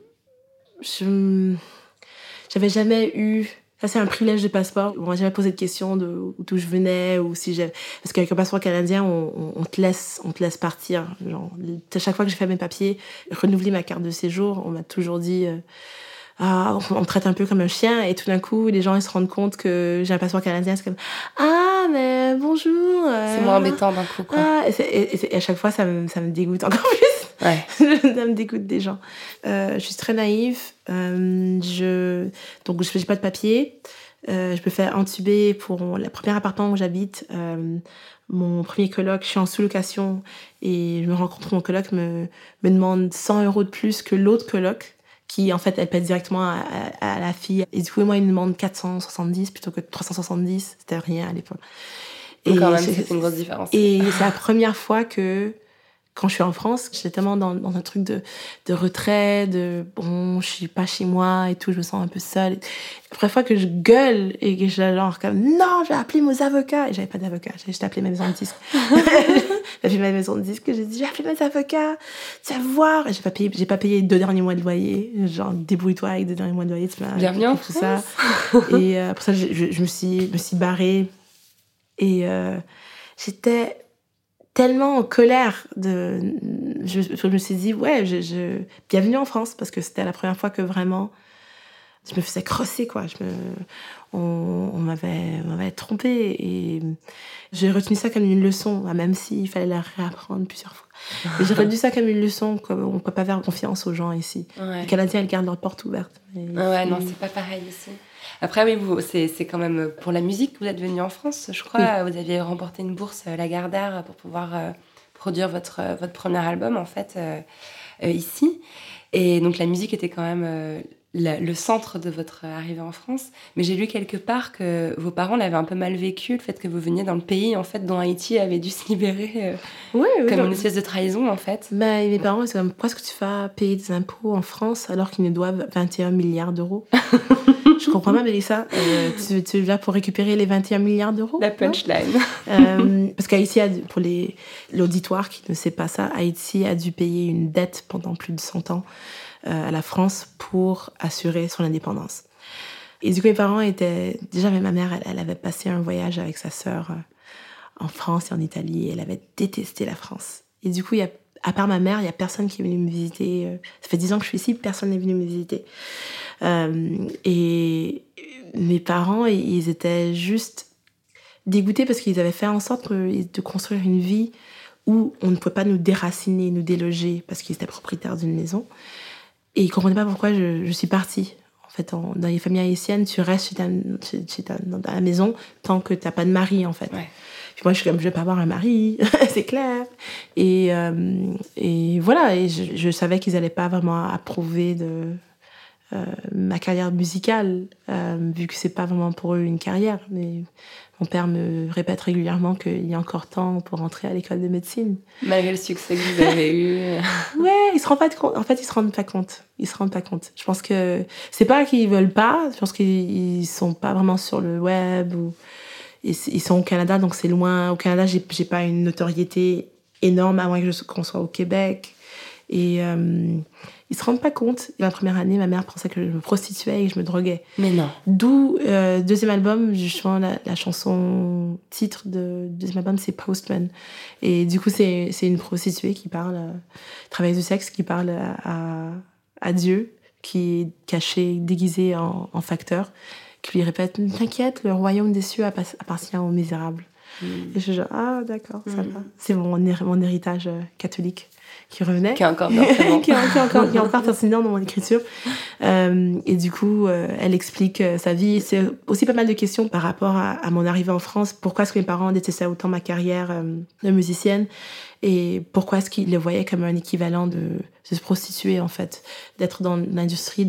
G: j'avais jamais eu... Ça, c'est un privilège de passeport. On m'a jamais posé de questions d'où je venais ou si j'ai... Parce qu'avec un passeport canadien, on te laisse partir. Genre, à chaque fois que j'ai fait mes papiers, renouveler ma carte de séjour, on m'a toujours dit... on me traite un peu comme un chien. Et tout d'un coup, les gens ils se rendent compte que j'ai un passeport canadien. C'est comme... Ah, mais bonjour.
A: C'est moins embêtant d'un coup, quoi.
G: Et à chaque fois, ça me dégoûte encore plus.
A: Ouais.
G: Ça me dégoûte des gens. Je suis très naïve. Donc, je n'ai pas de papier. Je me fais entuber pour le premier appartement où j'habite. Mon premier coloc, je suis en sous-location et je me rends compte que mon coloc me demande 100 € de plus que l'autre coloc, qui, en fait, elle paie directement à la fille. Et du coup, moi, il me demande 470 plutôt que 370. C'était rien à l'époque.
A: Et quand même, c'est une grosse différence.
G: Et c'est la première fois que quand je suis en France, j'étais tellement dans un truc de retrait, je suis pas chez moi et tout, je me sens un peu seule. La première fois que je gueule et que je genre comme non, je vais appeler mes avocats. Et j'avais pas d'avocat, j'ai juste appelé ma maison de disques. J'ai appelé ma maison de disques, j'ai dit, j'ai appelé mes avocats, tu vas voir. Et j'ai pas payé 2 derniers mois de loyer. Genre, débrouille-toi avec 2 derniers mois de loyer.
A: Bienvenue en
G: tout ça. Et pour ça, je me suis barrée. Et j'étais tellement en colère je me suis dit bienvenue en France, parce que c'était la première fois que vraiment je me faisais crosser, quoi. On m'avait trompée, et j'ai retenu ça comme une leçon, même s'il fallait la réapprendre plusieurs fois. Et j'ai retenu ça comme une leçon, comme on peut pas faire confiance aux gens ici. Les Canadiens, ils gardent leur porte ouverte.
A: Non, c'est pas pareil ici. Après, oui, c'est quand même pour la musique que vous êtes venu en France, je crois. Oui. Vous aviez remporté une bourse Lagardère pour pouvoir produire votre premier album, en fait, ici. Et donc, la musique était quand même le centre de votre arrivée en France. Mais j'ai lu quelque part que vos parents l'avaient un peu mal vécu, le fait que vous veniez dans le pays, en fait, dont Haïti avait dû se libérer comme une espèce de trahison, en fait.
G: Mes parents, c'est comme, pourquoi est-ce que tu vas payer des impôts en France alors qu'ils nous doivent 21 milliards d'euros? Je comprends pas, Mélissa. Tu es là pour récupérer les 21 milliards d'euros?
A: La punchline.
G: Parce qu'Haïti, pour l'auditoire qui ne sait pas ça, Haïti a dû payer une dette pendant plus de 100 ans à la France pour assurer son indépendance. Et du coup, mes parents étaient... Déjà, ma mère, elle avait passé un voyage avec sa sœur en France et en Italie, et elle avait détesté la France. Et du coup, à part ma mère, il n'y a personne qui est venu me visiter. Ça fait 10 ans que je suis ici, personne n'est venu me visiter. Et mes parents, ils étaient juste dégoûtés parce qu'ils avaient fait en sorte de construire une vie où on ne pouvait pas nous déraciner, nous déloger, parce qu'ils étaient propriétaires d'une maison. Et ils ne comprenaient pas pourquoi je suis partie. En fait, dans les familles haïtiennes, tu restes dans la maison tant que tu n'as pas de mari, en fait. Ouais. Puis moi, je suis comme, je ne vais pas avoir un mari, c'est clair. Et voilà, et je savais qu'ils n'allaient pas vraiment approuver ma carrière musicale, vu que ce n'est pas vraiment pour eux une carrière. Mais mon père me répète régulièrement qu'il y a encore temps pour entrer à l'école de médecine.
A: Malgré le succès que vous avez eu.
G: Ouais, ils se rendent pas compte. En fait, ils se rendent pas compte. Je pense que c'est pas qu'ils veulent pas. Je pense qu'ils sont pas vraiment sur le web ils sont au Canada, donc c'est loin. Au Canada, j'ai pas une notoriété énorme, à moins qu'on soit au Québec. Et ils se rendent pas compte. La première année, ma mère pensait que je me prostituais et que je me droguais.
A: Mais non.
G: D'où, deuxième album, justement, la chanson titre de deuxième album, c'est Postman. Et du coup, c'est une prostituée qui parle, travailleuse du sexe, qui parle à Dieu, qui est caché, déguisé en facteur, qui lui répète « T'inquiète, le royaume des cieux appartient aux misérables. » Et je suis genre « Ah, d'accord, ça va. » C'est mon héritage catholique qui revenait.
A: Qui est encore pertinent.
G: qui est encore pertinent dans mon écriture. Et du coup, elle explique sa vie. C'est aussi pas mal de questions par rapport à mon arrivée en France. Pourquoi est-ce que mes parents détestaient autant ma carrière de musicienne? Et pourquoi est-ce qu'ils le voyaient comme un équivalent de se prostituer, en fait? D'être dans l'industrie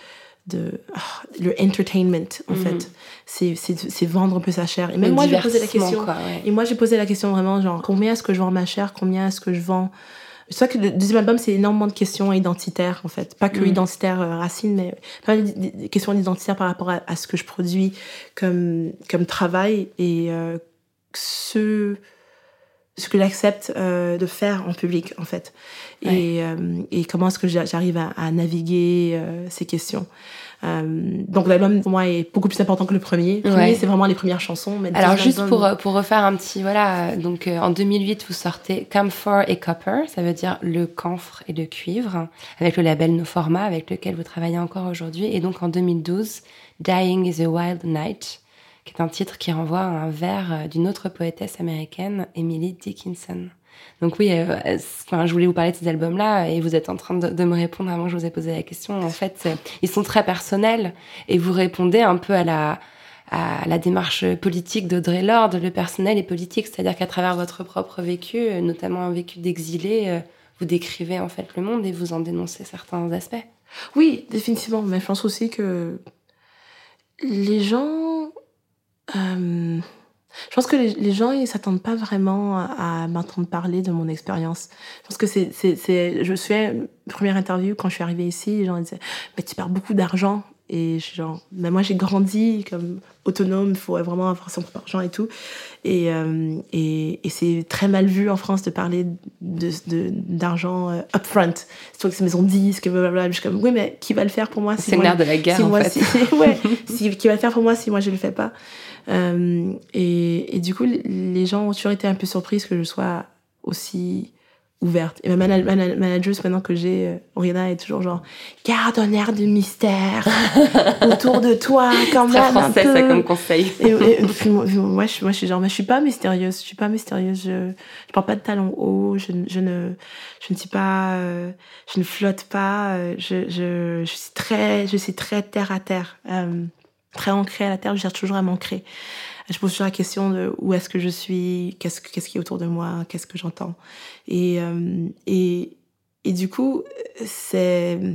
G: le entertainment, en fait. C'est vendre un peu sa chair. Et même moi, j'ai posé la question. Et moi, j'ai posé la question vraiment, genre, combien est-ce que je vends ma chair? Combien est-ce que je vends... C'est vrai que le deuxième album, c'est énormément de questions identitaires, en fait. Pas que identitaires racines, mais pas des questions identitaires par rapport à ce que je produis comme travail et ce que j'accepte de faire en public, en fait. Ouais. Et comment est-ce que j'arrive à naviguer ces questions. Donc l'album, pour moi, est beaucoup plus important que le premier. Le premier, c'est vraiment les premières chansons. Mais
A: alors, juste pour refaire un petit... Voilà, donc en 2008, vous sortez Camphor et Copper, ça veut dire le camphre et le cuivre, avec le label No Format, avec lequel vous travaillez encore aujourd'hui. Et donc en 2012, Dying is a Wild Night, qui est un titre qui renvoie à un vers d'une autre poétesse américaine, Emily Dickinson. Donc oui, je voulais vous parler de ces albums-là et vous êtes en train de me répondre avant que je vous ai posé la question. En fait, ils sont très personnels et vous répondez un peu à la démarche politique d'Audre Lorde. Le personnel est politique, c'est-à-dire qu'à travers votre propre vécu, notamment un vécu d'exilé, vous décrivez en fait le monde et vous en dénoncez certains aspects.
G: Oui, définitivement. Mais je pense aussi que les gens... Je pense que les gens, ils s'attendent pas vraiment à m'entendre parler de mon expérience. Je pense que je fais une première interview quand je suis arrivée ici, les gens disaient, mais tu perds beaucoup d'argent. Et je suis genre, ben moi j'ai grandi comme autonome, il faut vraiment avoir son propre argent et tout. Et c'est très mal vu en France de parler d'argent upfront. C'est toi que c'est maison de disque, blablabla. Je suis comme, oui, mais qui va le faire pour moi si
A: c'est le nerf de la guerre, en fait.
G: Qui va le faire pour moi si moi je le fais pas. Et du coup, les gens ont toujours été un peu surprises que je sois aussi ouverte. Et ma manageuse, maintenant que j'ai, Oriana, est toujours genre, garde un air de mystère autour de toi, quand même.
A: Très français,
G: un peu.
A: Ça, comme conseil.
G: Et puis, moi, je suis genre, mais je suis pas mystérieuse. Je porte pas de talons hauts. Je ne suis pas, je ne flotte pas. Je suis très terre à terre. Très ancrée à la terre. Je cherche toujours à m'ancrer. Je pose toujours la question de où est-ce que je suis, qu'est-ce qui est autour de moi, qu'est-ce que j'entends. Et du coup, ce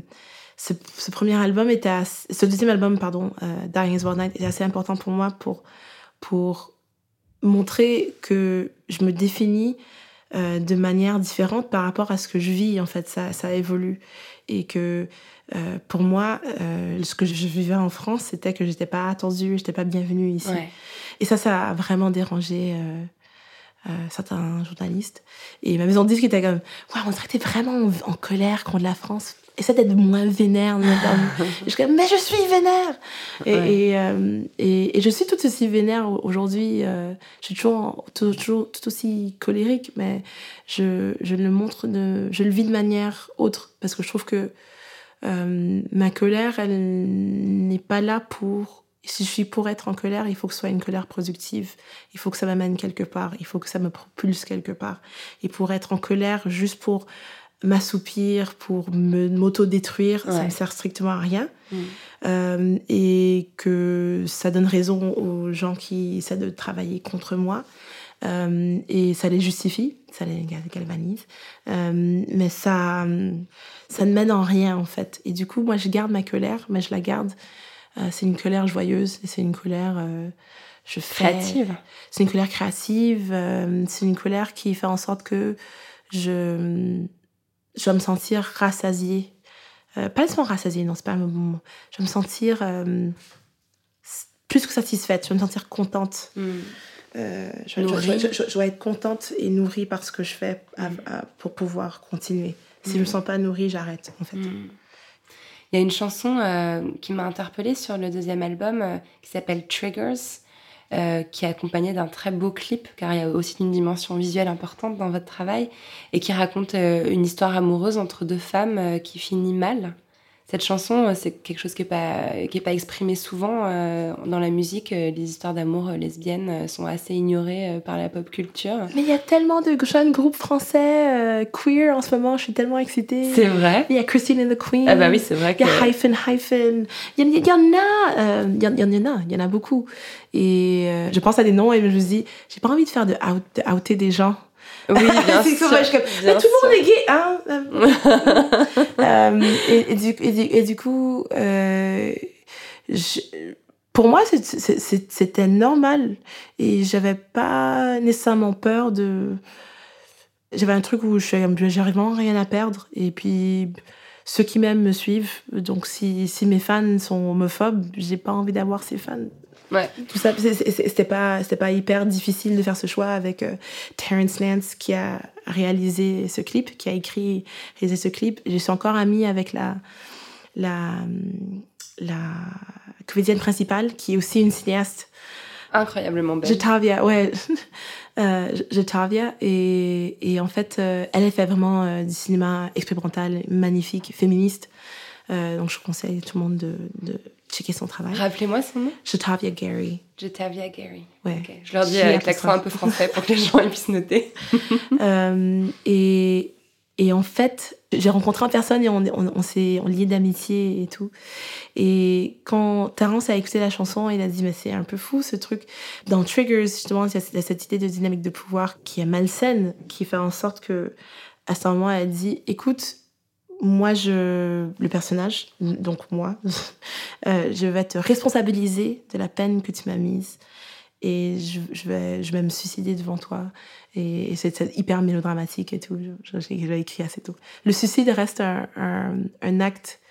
G: deuxième album, Dying is Wild Night, était assez important pour moi pour montrer que je me définis de manière différente par rapport à ce que je vis. En fait, ça évolue. Et que pour moi, ce que je vivais en France, c'était que j'étais pas attendue, j'étais pas bienvenue ici. Ouais. Et ça a vraiment dérangé certains journalistes. Et ma maison de disque était comme, ouais, on dirait que t'es vraiment en colère contre la France. Essaie d'être moins vénère. Je suis comme, mais je suis vénère. Et je suis tout aussi vénère aujourd'hui. Je suis toujours tout aussi colérique, mais je le vis de manière autre. Parce que je trouve que ma colère, elle n'est pas là pour... Si je suis pour être en colère, il faut que ce soit une colère productive. Il faut que ça m'amène quelque part. Il faut que ça me propulse quelque part. Et pour être en colère, juste pour m'assoupir, pour m'auto-détruire, ça me sert strictement à rien. Et que ça donne raison aux gens qui essaient de travailler contre moi. Et ça les justifie, ça les galvanise. Mais ça ne mène en rien, en fait. Et du coup, moi, je garde ma colère, mais je la garde... c'est une colère joyeuse, c'est une colère
A: créative.
G: C'est une colère créative, c'est une colère qui fait en sorte que je vais me sentir rassasiée. Pas seulement rassasiée, non, c'est pas un bon mot. Je vais me sentir plus que satisfaite, je vais me sentir contente. Je vais être contente et nourrie par ce que je fais pour pouvoir continuer. Si je me sens pas nourrie, j'arrête, en fait.
A: Il y a une chanson qui m'a interpellée sur le deuxième album qui s'appelle Triggers, qui est accompagnée d'un très beau clip, car il y a aussi une dimension visuelle importante dans votre travail, et qui raconte une histoire amoureuse entre deux femmes qui finit mal. Cette chanson, c'est quelque chose qui est pas exprimé souvent dans la musique. Les histoires d'amour lesbiennes sont assez ignorées par la pop culture.
G: Mais il y a tellement de jeunes groupes français queer en ce moment, je suis tellement excitée.
A: C'est vrai.
G: Il y a Christine and the Queen.
A: Ah bah oui, c'est vrai.
G: Il y a Hyphen. Il y en a beaucoup. Et je pense à des noms et je me dis, j'ai pas envie de faire de outer des gens.
A: Oui, bien sûr.
G: Mais tout le monde est gay, hein. Et du coup, pour moi, c'était normal. Et j'avais pas nécessairement peur de... J'avais un truc où j'avais vraiment rien à perdre. Et puis, ceux qui m'aiment me suivent. Donc, si mes fans sont homophobes, j'ai pas envie d'avoir ces fans.
A: Ouais.
G: Tout ça, c'était pas hyper difficile de faire ce choix avec Terrence Nance qui a réalisé ce clip, qui a réalisé ce clip. Je suis encore amie avec la comédienne principale qui est aussi une cinéaste.
A: Incroyablement belle.
G: Jatavia, ouais. Jatavia. Et en fait, elle fait vraiment du cinéma expérimental, magnifique, féministe. Donc je conseille à tout le monde de checker son travail.
A: Rappelez-moi son nom.
G: Jatavia Gary.
A: Jatavia Gary.
G: Ouais.
A: Okay. Je leur dis avec l'accent un peu français pour que les gens puissent noter.
G: Et en fait, j'ai rencontré en personne et on s'est liés d'amitié et tout. Et quand Terrence a écouté la chanson, il a dit mais c'est un peu fou ce truc. Dans Triggers, justement, il y a cette idée de dynamique de pouvoir qui est malsaine, qui fait en sorte que à ce moment, elle dit écoute, moi, le personnage, donc moi, je vais te responsabiliser de la peine que tu m'as mise et je vais me suicider devant toi. Et c'est hyper mélodramatique et tout. J'ai écrit assez tôt. Le suicide reste un acte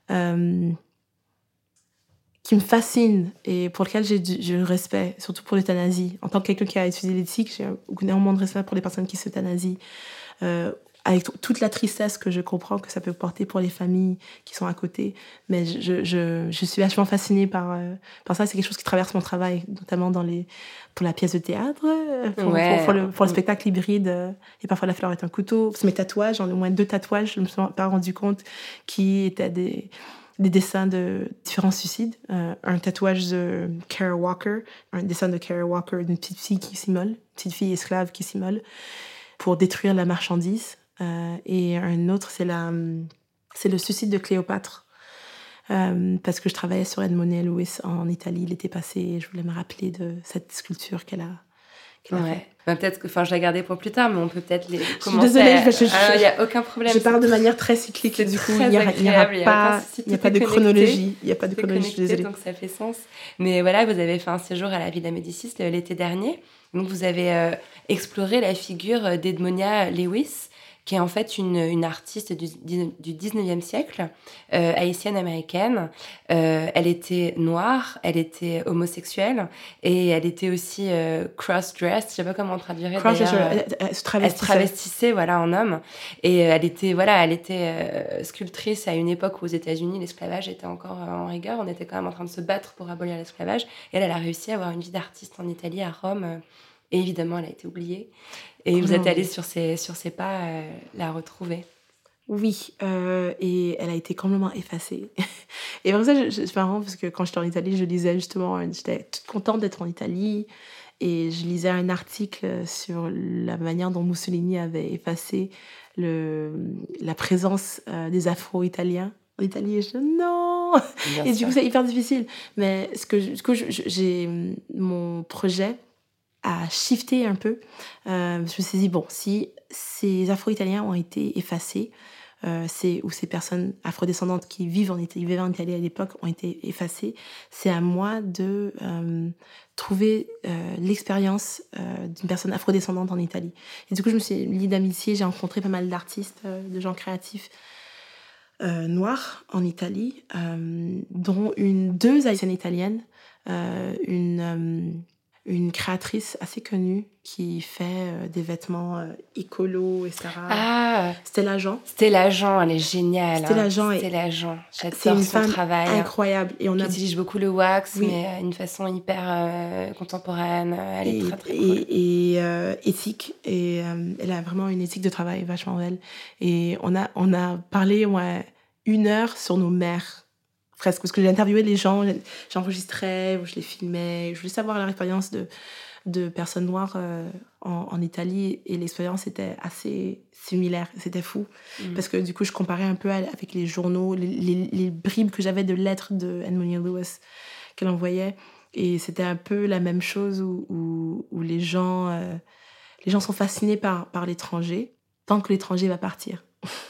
G: qui me fascine et pour lequel j'ai le respect, surtout pour l'euthanasie. En tant que quelqu'un qui a étudié l'éthique, j'ai énormément de respect pour les personnes qui s'euthanasient. Avec toute la tristesse que je comprends que ça peut porter pour les familles qui sont à côté. Mais je suis vachement fascinée par ça. C'est quelque chose qui traverse mon travail, notamment pour la pièce de théâtre, pour le spectacle hybride. Et parfois, la fleur est un couteau. Mes tatouages, j'en ai au moins 2 tatouages, je ne me suis pas rendu compte, qui étaient des dessins de différents suicides. Un tatouage de Kara Walker, un dessin de Kara Walker d'une petite fille qui s'immole, petite fille esclave qui s'immole pour détruire la marchandise. Et un autre, c'est le suicide de Cléopâtre. Parce que je travaillais sur Edmond Lewis en Italie l'été passé et je voulais me rappeler de cette sculpture qu'elle a fait.
A: Bah, peut-être que, je l'ai gardée pour plus tard, mais on peut peut-être commencer.
G: Désolée,
A: il n'y a aucun problème.
G: Je parle de manière très cyclique. Du coup, il n'y a pas de chronologie. Il n'y a pas de chronologie, je suis désolée.
A: Donc ça fait sens. Mais voilà, vous avez fait un séjour à la Villa Médicis l'été dernier. Donc vous avez exploré la figure d'Edmonia Lewis, qui est en fait une artiste du 19e siècle, haïtienne-américaine. Elle était noire, elle était homosexuelle, et elle était aussi cross-dressed, je ne sais pas comment on traduirait d'ailleurs.
G: Elle se
A: travestissait en homme. Et elle était sculptrice à une époque où aux États-Unis, l'esclavage était encore en rigueur. On était quand même en train de se battre pour abolir l'esclavage. Et elle a réussi à avoir une vie d'artiste en Italie, à Rome. Et évidemment, elle a été oubliée. Et vous êtes allé sur ses pas la retrouver.
G: Oui, et elle a été complètement effacée. Et pour ça, c'est marrant parce que quand j'étais en Italie, je lisais justement, j'étais toute contente d'être en Italie. Et je lisais un article sur la manière dont Mussolini avait effacé la présence des Afro-Italiens en Italie. Et je dis non. Et du coup, c'est hyper difficile. Mais mon projet a shifté un peu. Je me suis dit, bon, si ces Afro-Italiens ont été effacés, ou ces personnes afrodescendantes qui vivaient en Italie à l'époque ont été effacées, c'est à moi de trouver l'expérience d'une personne afrodescendante en Italie. Et du coup, je me suis liée d'amitié, j'ai rencontré pas mal d'artistes, de gens créatifs noirs en Italie, dont 2 haïtiennes italiennes, une créatrice assez connue qui fait des vêtements écolos, etc. Stella Jean.
A: Stella Jean, elle est géniale.
G: Stella Jean,
A: j'adore son travail.
G: Incroyable. Et on
A: utilise beaucoup le wax, mais d'une façon hyper contemporaine. Elle est très, très cool.
G: Et éthique. Et elle a vraiment une éthique de travail vachement belle. Et on a parlé 1 heure sur nos mères. Presque, parce que j'ai interviewé les gens, j'enregistrais, je les filmais, je voulais savoir leur expérience de personnes noires en Italie, et l'expérience était assez similaire, c'était fou, parce que du coup je comparais un peu avec les journaux, les bribes que j'avais de lettres de Edmonia Lewis qu'elle envoyait, et c'était un peu la même chose où les gens sont fascinés par l'étranger, tant que l'étranger va partir.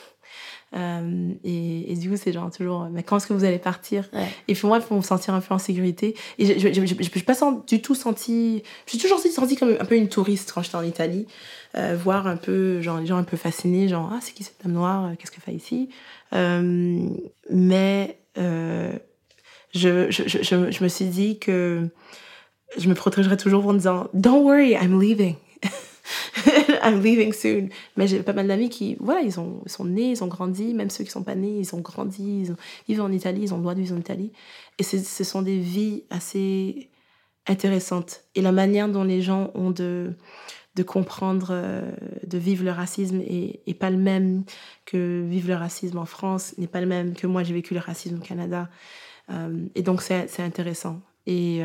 G: Et du coup c'est genre toujours mais quand est-ce que vous allez partir, et pour moi il faut me sentir un peu en sécurité, et je n'ai pas du tout senti, j'ai toujours senti comme un peu une touriste quand j'étais en Italie, voir un peu genre les gens un peu fascinés, genre c'est qui cette dame noire, qu'est-ce qu'elle fait ici, mais je me suis dit que je me protégerais toujours en disant don't worry, I'm leaving. I'm leaving soon. Mais j'ai pas mal d'amis qui, ils sont nés, ils ont grandi, même ceux qui sont pas nés, ils ont grandi, ils vivent en Italie, ils ont le droit de vivre en Italie. Et ce sont des vies assez intéressantes. Et la manière dont les gens ont de comprendre, de vivre le racisme est pas le même que vivre le racisme en France, n'est pas le même que moi j'ai vécu le racisme au Canada. Et donc c'est intéressant. Et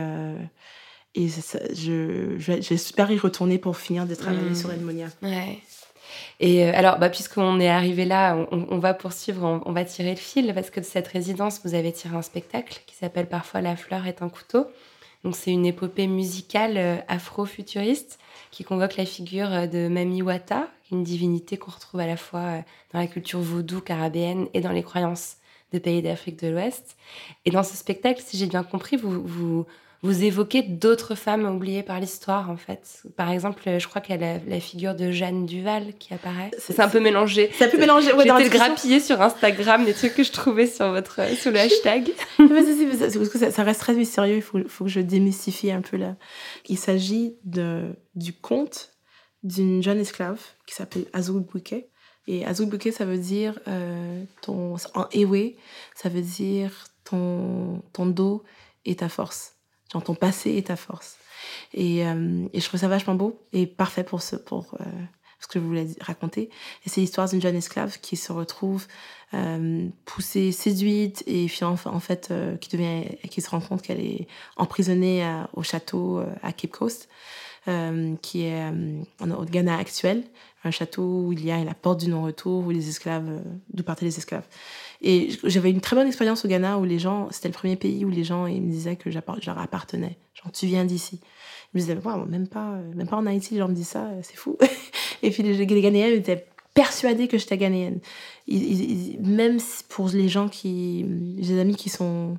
G: j'espère y retourner pour finir de travailler sur Edmonia.
A: Ouais. Et alors, puisqu'on est arrivé là, on va poursuivre, on va tirer le fil, parce que de cette résidence, vous avez tiré un spectacle qui s'appelle Parfois la fleur est un couteau. Donc c'est une épopée musicale afro-futuriste qui convoque la figure de Mami Wata, une divinité qu'on retrouve à la fois dans la culture vaudou caribéenne et dans les croyances des pays d'Afrique de l'Ouest. Et dans ce spectacle, si j'ai bien compris, vous vous évoquez d'autres femmes oubliées par l'histoire, en fait. Par exemple, je crois qu'il y a la figure de Jeanne Duval qui apparaît. C'est un peu mélangé.
G: C'est un peu mélangé. Ouais,
A: j'étais grappillée sur Instagram des trucs que je trouvais sur le hashtag.
G: Parce que ça reste très mystérieux. Il faut que je démystifie un peu là. Il s'agit du conte d'une jeune esclave qui s'appelle Azubike. Et Azubike, ça veut dire en Ewe, ça veut dire ton dos et ta force. Genre ton passé et ta force. Et je trouve ça vachement beau et parfait pour ce que je voulais raconter. Et c'est l'histoire d'une jeune esclave qui se retrouve poussée, séduite et en fait qui se rend compte qu'elle est emprisonnée au château à Cape Coast, qui est au Ghana actuel, un château où il y a la porte du non-retour, d'où partaient les esclaves. Et j'avais une très bonne expérience au Ghana où c'était le premier pays où les gens ils me disaient que je leur appartenais. Genre, tu viens d'ici. Ils me disaient, wow, même pas en Haïti, les gens me disent ça, c'est fou. Et puis les Ghanéens étaient persuadés que j'étais ghanéenne. Même pour les gens j'ai des amis qui sont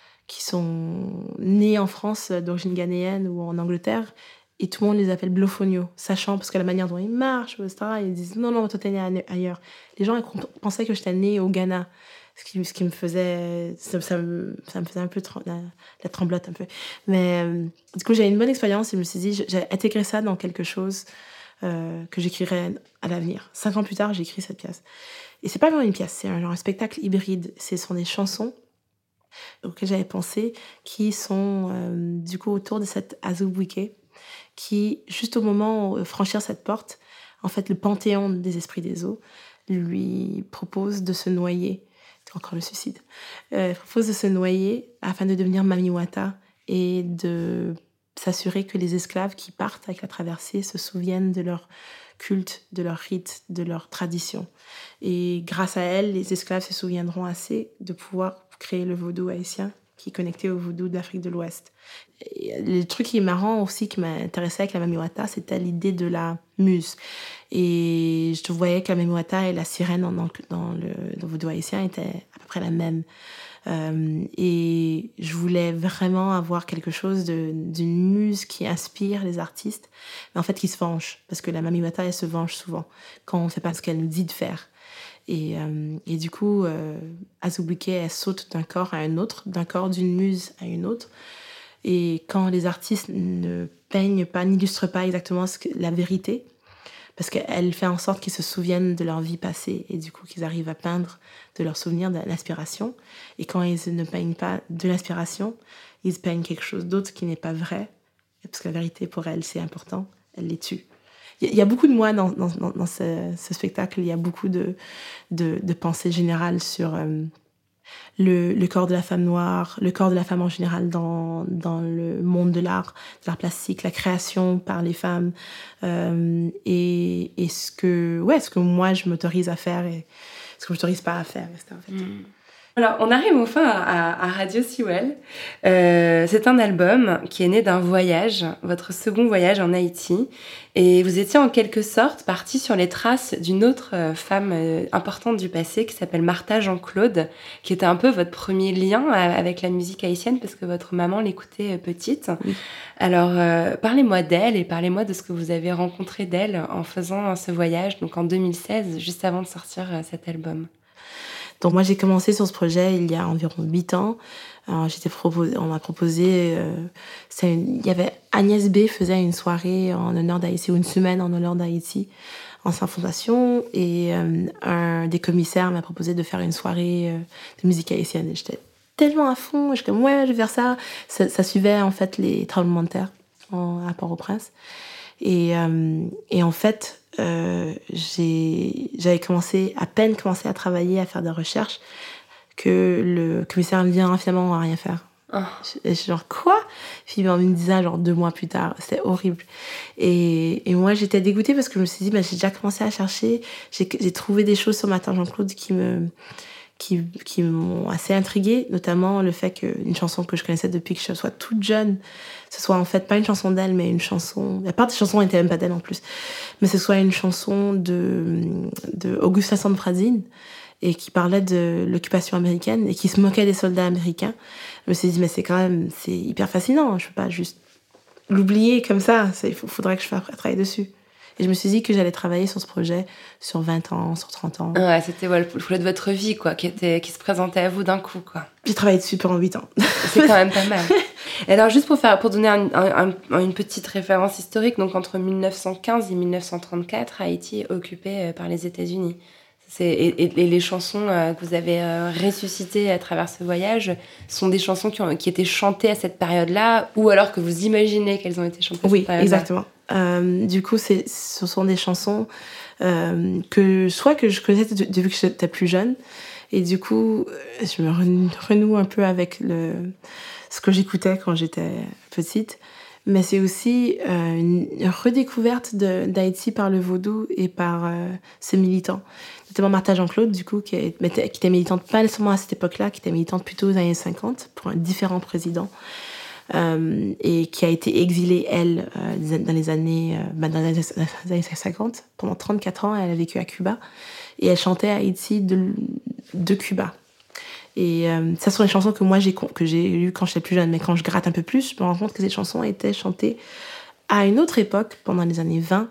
G: nés en France d'origine ghanéenne ou en Angleterre, et tout le monde les appelle Blofonio, sachant, parce que la manière dont ils marchent, etc., ils disent non, toi t'es né ailleurs. Les gens pensaient que j'étais née au Ghana, ce qui me faisait, ça me faisait un peu la tremblote un peu. Mais du coup, j'ai eu une bonne expérience et je me suis dit, j'ai intégré ça dans quelque chose que j'écrirais à l'avenir. 5 ans plus tard, j'ai écrit cette pièce. Et c'est pas vraiment une pièce, c'est un spectacle hybride. Ce sont des chansons auxquelles j'avais pensé, qui sont du coup autour de cette Azubike, qui, juste au moment de franchir cette porte, en fait, le panthéon des esprits des eaux lui propose de se noyer. C'est encore le suicide. Propose de se noyer afin de devenir Mami Wata et de s'assurer que les esclaves qui partent avec la traversée se souviennent de leur culte, de leur rite, de leur tradition. Et grâce à elle, les esclaves se souviendront assez de pouvoir créer le vaudou haïtien qui est connecté au vaudou de l'Afrique de l'Ouest. Et le truc qui est marrant aussi, qui m'a intéressé avec la Mami Wata, c'était l'idée de la muse. Et je voyais que la Mami Wata et la sirène dans le vaudou haïtien étaient à peu près la même. Et je voulais vraiment avoir quelque chose d'une muse qui inspire les artistes, mais en fait qui se venge, parce que la Mami Wata, elle se venge souvent quand on ne fait pas ce qu'elle nous dit de faire. Et du coup, Azubike, elle saute d'un corps à un autre, d'un corps d'une muse à une autre. Et quand les artistes ne peignent pas, n'illustrent pas exactement la vérité, parce qu'elle fait en sorte qu'ils se souviennent de leur vie passée et du coup qu'ils arrivent à peindre de leurs souvenirs, de l'inspiration. Et quand ils ne peignent pas de l'inspiration, ils peignent quelque chose d'autre qui n'est pas vrai, parce que la vérité pour elle, c'est important, elle les tue. Il y a beaucoup de moi dans ce spectacle, il y a beaucoup de pensées générales sur le corps de la femme noire, le corps de la femme en général dans le monde de l'art plastique, la création par les femmes, et ce que moi je m'autorise à faire et ce que je m'autorise pas à faire, etc. En fait.
A: Alors, on arrive enfin à Radio Sewell. C'est un album qui est né d'un voyage, votre second voyage en Haïti. Et vous étiez en quelque sorte parti sur les traces d'une autre femme importante du passé qui s'appelle Martha Jean-Claude, qui était un peu votre premier lien avec la musique haïtienne parce que votre maman l'écoutait petite. Oui. Alors, parlez-moi d'elle et parlez-moi de ce que vous avez rencontré d'elle en faisant ce voyage, donc en 2016, juste avant de sortir cet album.
G: Donc moi, j'ai commencé sur ce projet il y a environ 8 ans. On m'a proposé... il y avait Agnès B. faisait une soirée en honneur d'Haïti, ou une semaine en honneur d'Haïti, en sa fondation. Et un des commissaires m'a proposé de faire une soirée de musique haïtienne. Et j'étais tellement à fond. Je suis comme, ouais, je vais faire ça. Ça suivait en fait les tremblements de terre à Port-au-Prince. Et en fait... j'avais à peine commencé à travailler, à faire des recherches, que le commissaire me dit finalement on va rien faire. Oh. Je suis genre quoi? Puis il me disait genre 2 mois plus tard. C'était horrible. Et moi j'étais dégoûtée parce que je me suis dit j'ai déjà commencé à chercher, j'ai trouvé des choses sur Martha Jean-Claude qui m'ont assez intriguée, notamment le fait qu'une chanson que je connaissais depuis que je sois toute jeune, ce soit en fait pas une chanson d'elle, mais une chanson... La part des chansons n'était même pas d'elle en plus. Mais ce soit une chanson de Augusta Sainte-Pradine. et qui parlait de l'occupation américaine et qui se moquait des soldats américains. Je me suis dit, mais c'est hyper fascinant. Je peux pas juste l'oublier comme ça. Il faudrait que je fasse un travail dessus. Et je me suis dit que j'allais travailler sur ce projet sur 20 ans, sur 30 ans.
A: Ouais, c'était le projet de votre vie, quoi, qui se présentait à vous d'un coup, quoi.
G: J'ai travaillé dessus pendant 8 ans.
A: C'est quand même pas mal. Et alors, juste pour donner une petite référence historique, donc entre 1915 et 1934, Haïti est occupé par les États-Unis. Et les chansons que vous avez ressuscitées à travers ce voyage sont des chansons qui étaient chantées à cette période-là, ou alors que vous imaginez qu'elles ont été chantées à cette période-là.
G: Oui, exactement. Du coup, ce sont des chansons que je connaissais depuis que j'étais plus jeune. Et du coup, je me renoue un peu avec ce que j'écoutais quand j'étais petite. Mais c'est aussi une redécouverte d'Haïti par le vaudou et par ses militants. Notamment Martha Jean-Claude, du coup, qui était militante pas seulement à cette époque-là, qui était militante plutôt aux années 50 pour un différent président. Et qui a été exilée, elle, dans les années 50. Pendant 34 ans, elle a vécu à Cuba. Et elle chantait à Haïti de Cuba. Et ça sont les chansons que j'ai lues quand j'étais plus jeune. Mais quand je gratte un peu plus, je me rends compte que ces chansons étaient chantées à une autre époque, pendant les années 20,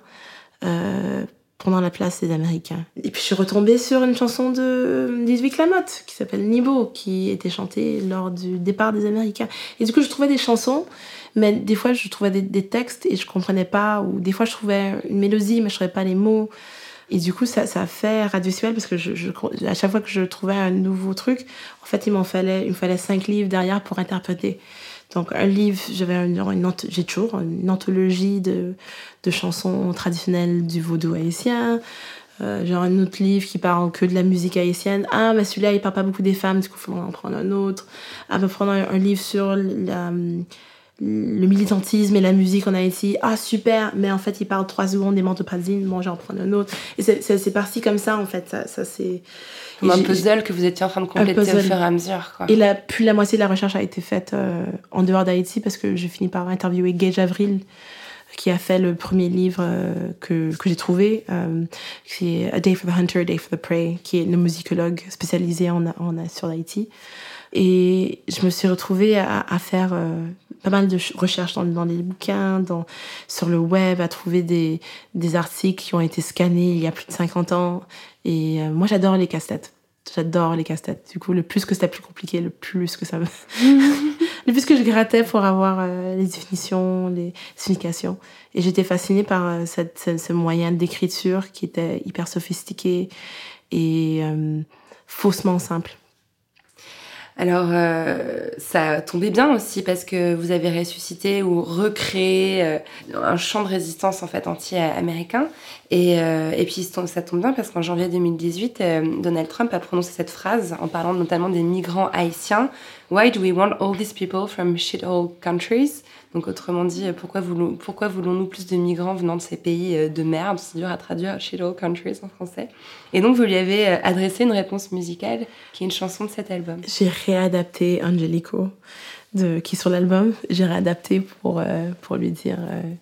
G: pendant la place des Américains. Et puis je suis retombée sur une chanson de Ludwig Lamotte, qui s'appelle Nibo, qui était chantée lors du départ des Américains. Et du coup, je trouvais des chansons, mais des fois, je trouvais des textes et je comprenais pas, ou des fois, je trouvais une mélodie, mais je trouvais pas les mots. Et du coup, ça a fait Radio Suel, parce que à chaque fois que je trouvais un nouveau truc, en fait, il me fallait 5 livres derrière pour interpréter. Donc, un livre, j'ai toujours une anthologie de chansons traditionnelles du vaudou haïtien. Genre un autre livre qui parle que de la musique haïtienne. Ah, mais celui-là, il parle pas beaucoup des femmes, du coup, il faudra en prendre un autre. Ah, mais prendre un livre sur le militantisme et la musique en Haïti. Ah, super, mais en fait, il parle 3 secondes des mentoprazines. Bon, j'en prends un autre. Et c'est parti comme ça, en fait. Ça c'est...
A: Comme un puzzle que vous étiez en train de compléter au fur et à mesure, quoi.
G: Et plus la moitié de la recherche a été faite en dehors d'Haïti, parce que j'ai fini par interviewer Gage Avril, qui a fait le premier livre que j'ai trouvé, qui est A Day for the Hunter, A Day for the Prey, qui est une musicologue spécialisée sur l'Haïti. Et je me suis retrouvée à faire pas mal de recherches dans les bouquins, sur le web, à trouver des articles qui ont été scannés il y a plus de 50 ans. Et moi, j'adore les casse-têtes. Du coup, le plus que c'était plus compliqué, le plus que le plus que je grattais pour avoir les définitions, les explications. Et j'étais fascinée par ce moyen d'écriture qui était hyper sophistiqué et faussement simple.
A: Alors, ça tombait bien aussi parce que vous avez ressuscité ou recréé un champ de résistance en fait anti-américain. Et puis ça tombe bien parce qu'en janvier 2018, Donald Trump a prononcé cette phrase en parlant notamment des migrants haïtiens. Why do we want all these people from shithole countries? Donc autrement dit, pourquoi voulons-nous plus de migrants venant de ces pays de merde? C'est dur à traduire, shithole countries en français. Et donc vous lui avez adressé une réponse musicale qui est une chanson de cet album.
G: J'ai réadapté Angelico qui est sur l'album. J'ai réadapté pour lui dire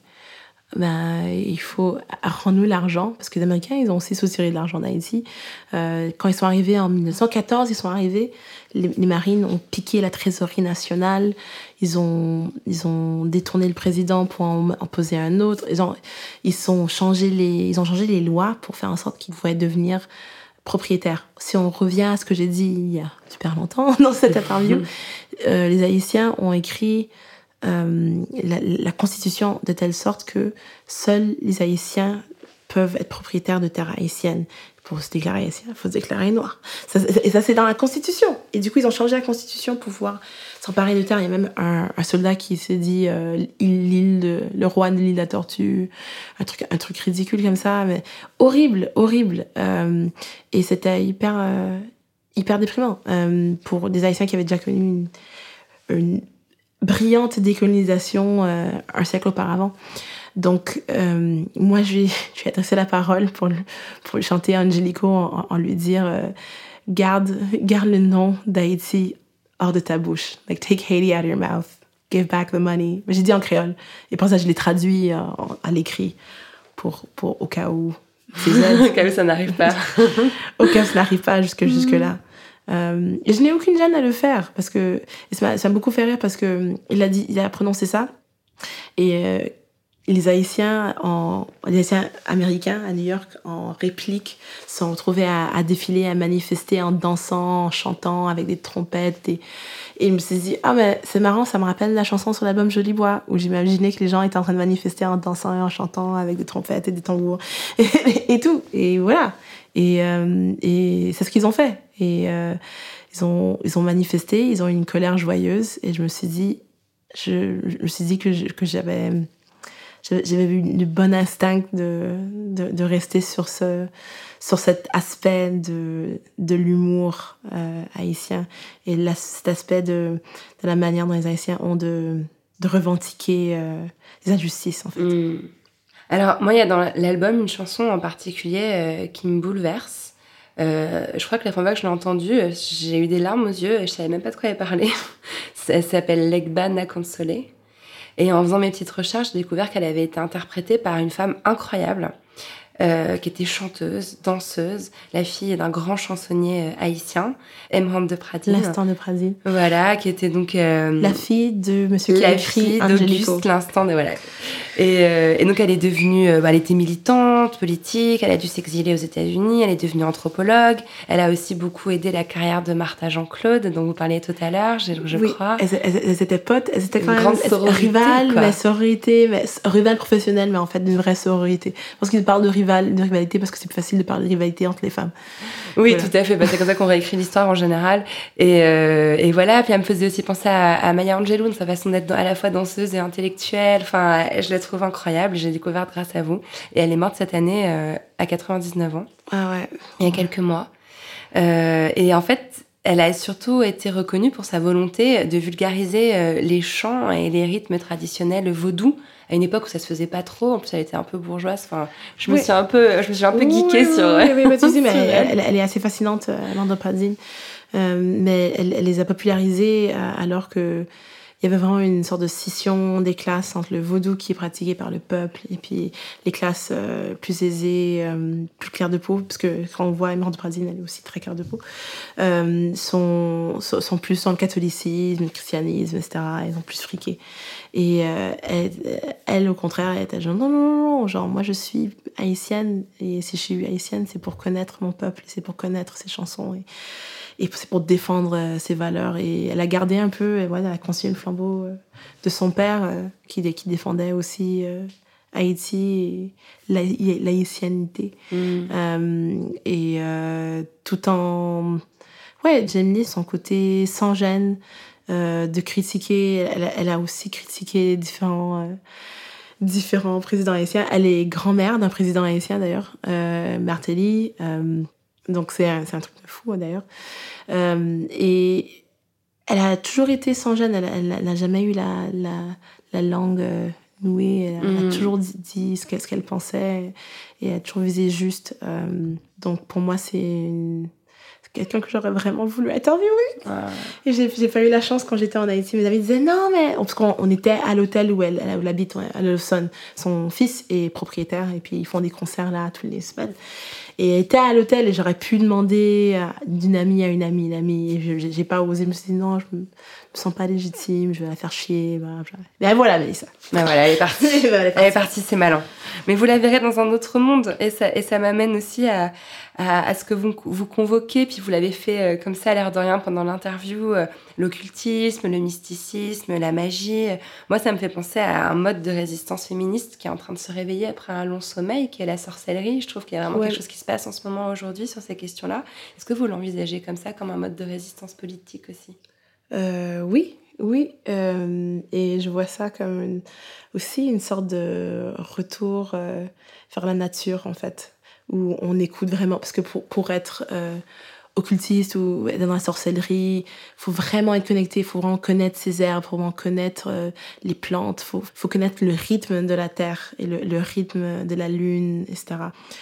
G: il faut rendre-nous l'argent, parce que les Américains, ils ont aussi soutiré de l'argent d'Haïti. Quand ils sont arrivés en 1914, les marines ont piqué la trésorerie nationale, ils ont détourné le président pour en poser un autre, ils ont changé les lois pour faire en sorte qu'ils pouvaient devenir propriétaires. Si on revient à ce que j'ai dit il y a super longtemps dans cette interview, les Haïtiens ont écrit la Constitution de telle sorte que seuls les Haïtiens peuvent être propriétaires de terres haïtiennes. Pour se déclarer haïtien, il faut se déclarer noir. Et ça, c'est dans la Constitution. Et du coup, ils ont changé la Constitution pour pouvoir s'emparer de terres. Il y a même un soldat qui s'est dit le roi de l'île de la Tortue, un truc ridicule comme ça, mais horrible. Et c'était hyper déprimant pour des Haïtiens qui avaient déjà connu une brillante décolonisation un siècle auparavant. Donc, moi, je lui ai adressé la parole pour lui chanter Angelico en lui dire garde le nom d'Haïti hors de ta bouche. Like, take Haiti out of your mouth. Give back the money. J'ai dit en créole. Et pour ça, je l'ai traduit à l'écrit pour au cas où ses aides.
A: Comme ça n'arrive pas.
G: Au cas où ça n'arrive pas jusque-là. Et je n'ai aucune gêne à le faire parce que et ça m'a beaucoup fait rire parce que il a prononcé ça et les Haïtiens américains à New York en réplique se sont retrouvés à défiler, à manifester en dansant, en chantant avec des trompettes et je me suis dit mais c'est marrant, ça me rappelle la chanson sur l'album Joli Bois où j'imaginais que les gens étaient en train de manifester en dansant et en chantant avec des trompettes et des tambours et tout et voilà. Et c'est ce qu'ils ont fait. Et ils ont manifesté, ils ont eu une colère joyeuse. Et je me suis dit que j'avais eu le bon instinct de rester sur cet aspect de l'humour haïtien. Et cet aspect de la manière dont les Haïtiens ont de revendiquer les injustices, en fait.
A: Alors, moi, il y a dans l'album une chanson en particulier qui me bouleverse. Je crois que la première fois que je l'ai entendue, j'ai eu des larmes aux yeux et je savais même pas de quoi elle parlait. Elle s'appelle Legba Na Console. Et en faisant mes petites recherches, j'ai découvert qu'elle avait été interprétée par une femme incroyable qui était chanteuse, danseuse, la fille d'un grand chansonnier haïtien, Emrand de Pradine.
G: L'instant de Pradine.
A: Voilà, qui était donc...
G: la fille de monsieur qui a écrit
A: d'Auguste, l'instant de... Voilà. Et donc, elle est devenue... elle était militante, politique, elle a dû s'exiler aux États-Unis, elle est devenue anthropologue, elle a aussi beaucoup aidé la carrière de Martha Jean-Claude, dont vous parliez tout à l'heure, je crois.
G: Elles étaient potes, elles étaient quand
A: même
G: rivales, mais sororité, rivales professionnelles, mais en fait d'une vraie sororité. Parce qu'ils parlent de rivalité parce que c'est plus facile de parler de rivalité entre les femmes.
A: Oui, voilà. Tout à fait. C'est comme ça qu'on réécrit l'histoire en général. Et voilà. Puis elle me faisait aussi penser à Maya Angelou, sa façon d'être à la fois danseuse et intellectuelle. Enfin, je la trouve incroyable. J'ai découvert grâce à vous. Et elle est morte cette année à 99 ans.
G: Ah ouais.
A: Il y a quelques mois. Et en fait, elle a surtout été reconnue pour sa volonté de vulgariser les chants et les rythmes traditionnels vaudous à une époque où ça se faisait pas trop. En plus, elle était un peu bourgeoise. Enfin, je me suis un peu geekée sur.
G: Oui, pas de souci, mais elle est assez fascinante, Amanda Pradine. Mais elle les a popularisés alors que il y avait vraiment une sorte de scission des classes entre le vaudou qui est pratiqué par le peuple et puis les classes plus aisées, plus claires de peau, parce que quand on voit Amanda Pradine, elle est aussi très claire de peau, sont plus dans le catholicisme, le christianisme, etc. Elles ont plus friqué. Et elle, au contraire, elle était genre non, genre moi je suis haïtienne et si je suis haïtienne, c'est pour connaître mon peuple, c'est pour connaître ses chansons et c'est pour défendre ses valeurs. Et elle a gardé un peu, elle a continué le flambeau de son père qui défendait aussi Haïti et l'haïtianité. Tout en j'aime bien son côté sans gêne de critiquer. Elle a aussi critiqué différents présidents haïtiens. Elle est grand-mère d'un président haïtien d'ailleurs, Martelly. Donc c'est un truc de fou d'ailleurs. Et elle a toujours été sans gêne. Elle n'a jamais eu la langue nouée. Elle a toujours dit ce qu'elle pensait et elle a toujours visé juste. Donc pour moi c'est quelqu'un que j'aurais vraiment voulu interviewer. Et j'ai pas eu la chance quand j'étais en Haïti. Mes amis disaient non, mais... Parce qu'on était à l'hôtel où elle habite, à Lawson. Son fils est propriétaire et puis ils font des concerts là toutes les semaines. Et elle était à l'hôtel et j'aurais pu demander d'une amie à une amie. Et j'ai pas osé. Je me suis dit non, je me sens pas légitime, je vais la faire chier. Mais voilà, Mélissa.
A: Ben voilà, elle est partie. Elle est partie, c'est malin. Mais vous la verrez dans un autre monde. Et ça m'amène aussi à ce que vous convoquez, puis vous l'avez fait comme ça, à l'air de rien, pendant l'interview, l'occultisme, le mysticisme, la magie. Moi, ça me fait penser à un mode de résistance féministe qui est en train de se réveiller après un long sommeil, qui est la sorcellerie. Je trouve qu'il y a vraiment quelque chose qui se passe en ce moment aujourd'hui sur ces questions-là. Est-ce que vous l'envisagez comme ça, comme un mode de résistance politique aussi ?
G: Oui. Et je vois ça comme aussi une sorte de retour vers la nature, en fait, où on écoute vraiment, parce que pour être occultiste ou dans la sorcellerie, faut vraiment être connecté, faut vraiment connaître ses herbes, faut vraiment connaître les plantes, faut connaître le rythme de la terre et le rythme de la lune, etc.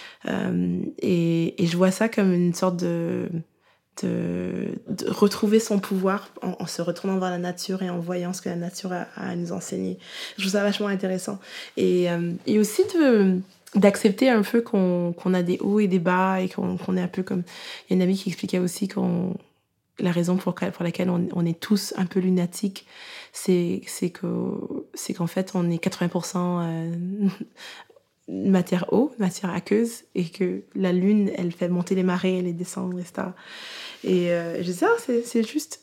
G: Et je vois ça comme une sorte de retrouver son pouvoir en se retournant vers la nature et en voyant ce que la nature a à nous enseigner. Je trouve ça vachement intéressant. Et aussi d'accepter un peu qu'on a des hauts et des bas et qu'on est un peu comme... Il y a une amie qui expliquait aussi la raison pour laquelle on est tous un peu lunatiques, c'est qu'en fait, on est 80% matière eau, matière aqueuse, et que la lune, elle fait monter les marées, elle les descend, etc. Et je disais, c'est juste.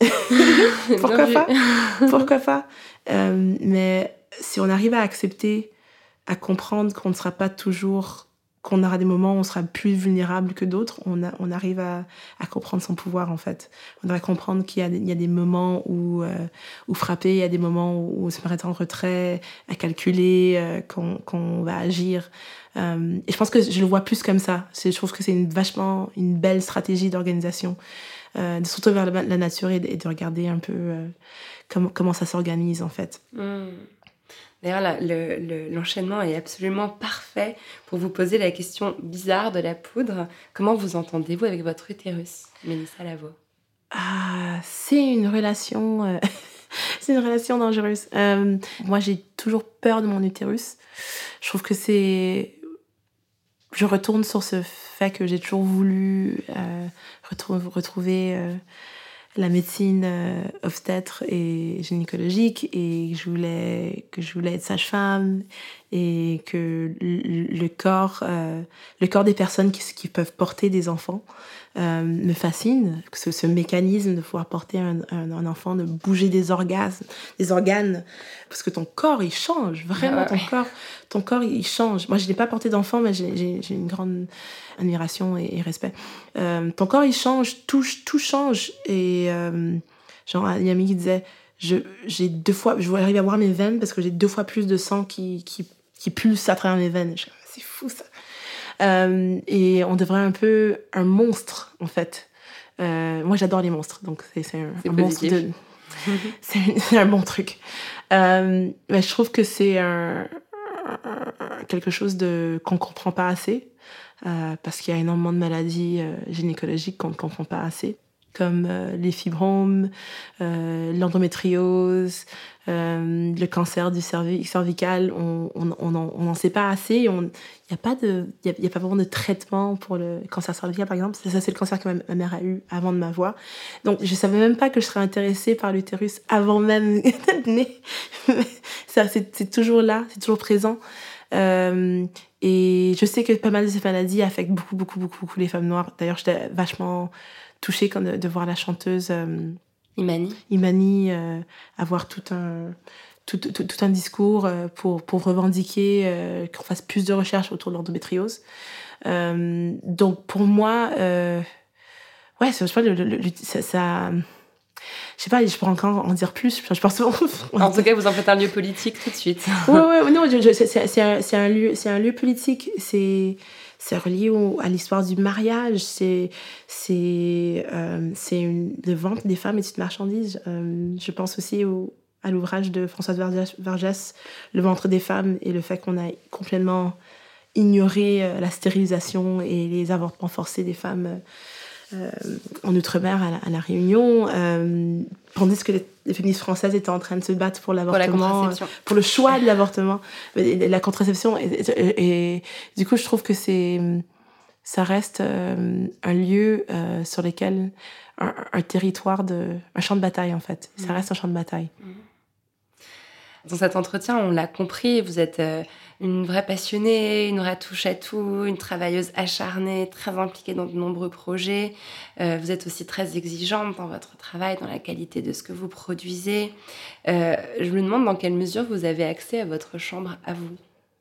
G: Pourquoi pas? Mais si on arrive à accepter, à comprendre qu'on ne sera pas toujours... qu'on aura des moments où on sera plus vulnérable que d'autres, on arrive à comprendre son pouvoir, en fait. On devrait comprendre qu'il y a des moments où frapper, il y a des moments où se mettre en retrait, à calculer, qu'on va agir. Et je pense que je le vois plus comme ça. Je trouve que c'est une belle stratégie d'organisation, de se retourner vers la nature et de regarder un peu comment ça s'organise, en fait.
A: D'ailleurs, l'enchaînement est absolument parfait pour vous poser la question bizarre de la poudre. Comment vous entendez-vous avec votre utérus, Mélissa Lavo?
G: C'est une relation... c'est une relation dangereuse. Moi, j'ai toujours peur de mon utérus. Je trouve que c'est... Je retourne sur ce fait que j'ai toujours voulu retrouver... la médecine obstétre et gynécologique, et que je voulais être sage-femme, et que le corps des personnes qui peuvent porter des enfants me fascine. Ce mécanisme de pouvoir porter un enfant, de bouger des organes, parce que ton corps, il change, vraiment. Ton corps, il change. Moi, je n'ai pas porté d'enfant, mais j'ai une grande admiration et respect. Ton corps, il change, tout change. Et genre, une amie qui disait, je vais arriver à voir mes veines parce que j'ai 2 fois plus de sang qui pulse à travers mes veines. C'est fou, ça. Et on devrait un peu un monstre, en fait. Moi, j'adore les monstres, donc c'est un monstre de... c'est un bon truc. Mais je trouve que c'est quelque chose qu'on ne comprend pas assez, parce qu'il y a énormément de maladies gynécologiques qu'on ne comprend pas assez, comme les fibromes, l'endométriose, le cancer du cervical. On n'en sait pas assez. Il n'y a pas vraiment de traitement pour le cancer cervical, par exemple. Ça, c'est le cancer que ma mère a eu avant de m'avoir. Donc, je ne savais même pas que je serais intéressée par l'utérus avant même d'être née. C'est toujours là, c'est toujours présent. Et je sais que pas mal de ces maladies affectent beaucoup les femmes noires. D'ailleurs, j'étais vachement touchée de voir la chanteuse Imani avoir tout un discours pour revendiquer qu'on fasse plus de recherches autour de l'endométriose. Donc pour moi, je sais pas, ça je sais pas, je pourrais encore en dire plus. Je pense.
A: En tout cas, vous en faites un lieu politique tout de suite.
G: Ouais, non, c'est un lieu politique. C'est relié à l'histoire du mariage. C'est le ventre des femmes est une marchandise. Je pense aussi à l'ouvrage de Françoise Vergès, Le ventre des femmes, et le fait qu'on a complètement ignoré la stérilisation et les avortements forcés des femmes en Outre-mer à la Réunion, tandis que les féministes françaises étaient en train de se battre pour l'avortement, pour le choix de l'avortement, la contraception, et du coup je trouve que ça reste un lieu sur lequel un territoire un champ de bataille, en fait. Ça reste un champ de bataille.
A: Dans cet entretien, on l'a compris, vous êtes une vraie passionnée, une vraie touche-à-tout, une travailleuse acharnée, très impliquée dans de nombreux projets. Vous êtes aussi très exigeante dans votre travail, dans la qualité de ce que vous produisez. Je me demande dans quelle mesure vous avez accès à votre chambre à vous.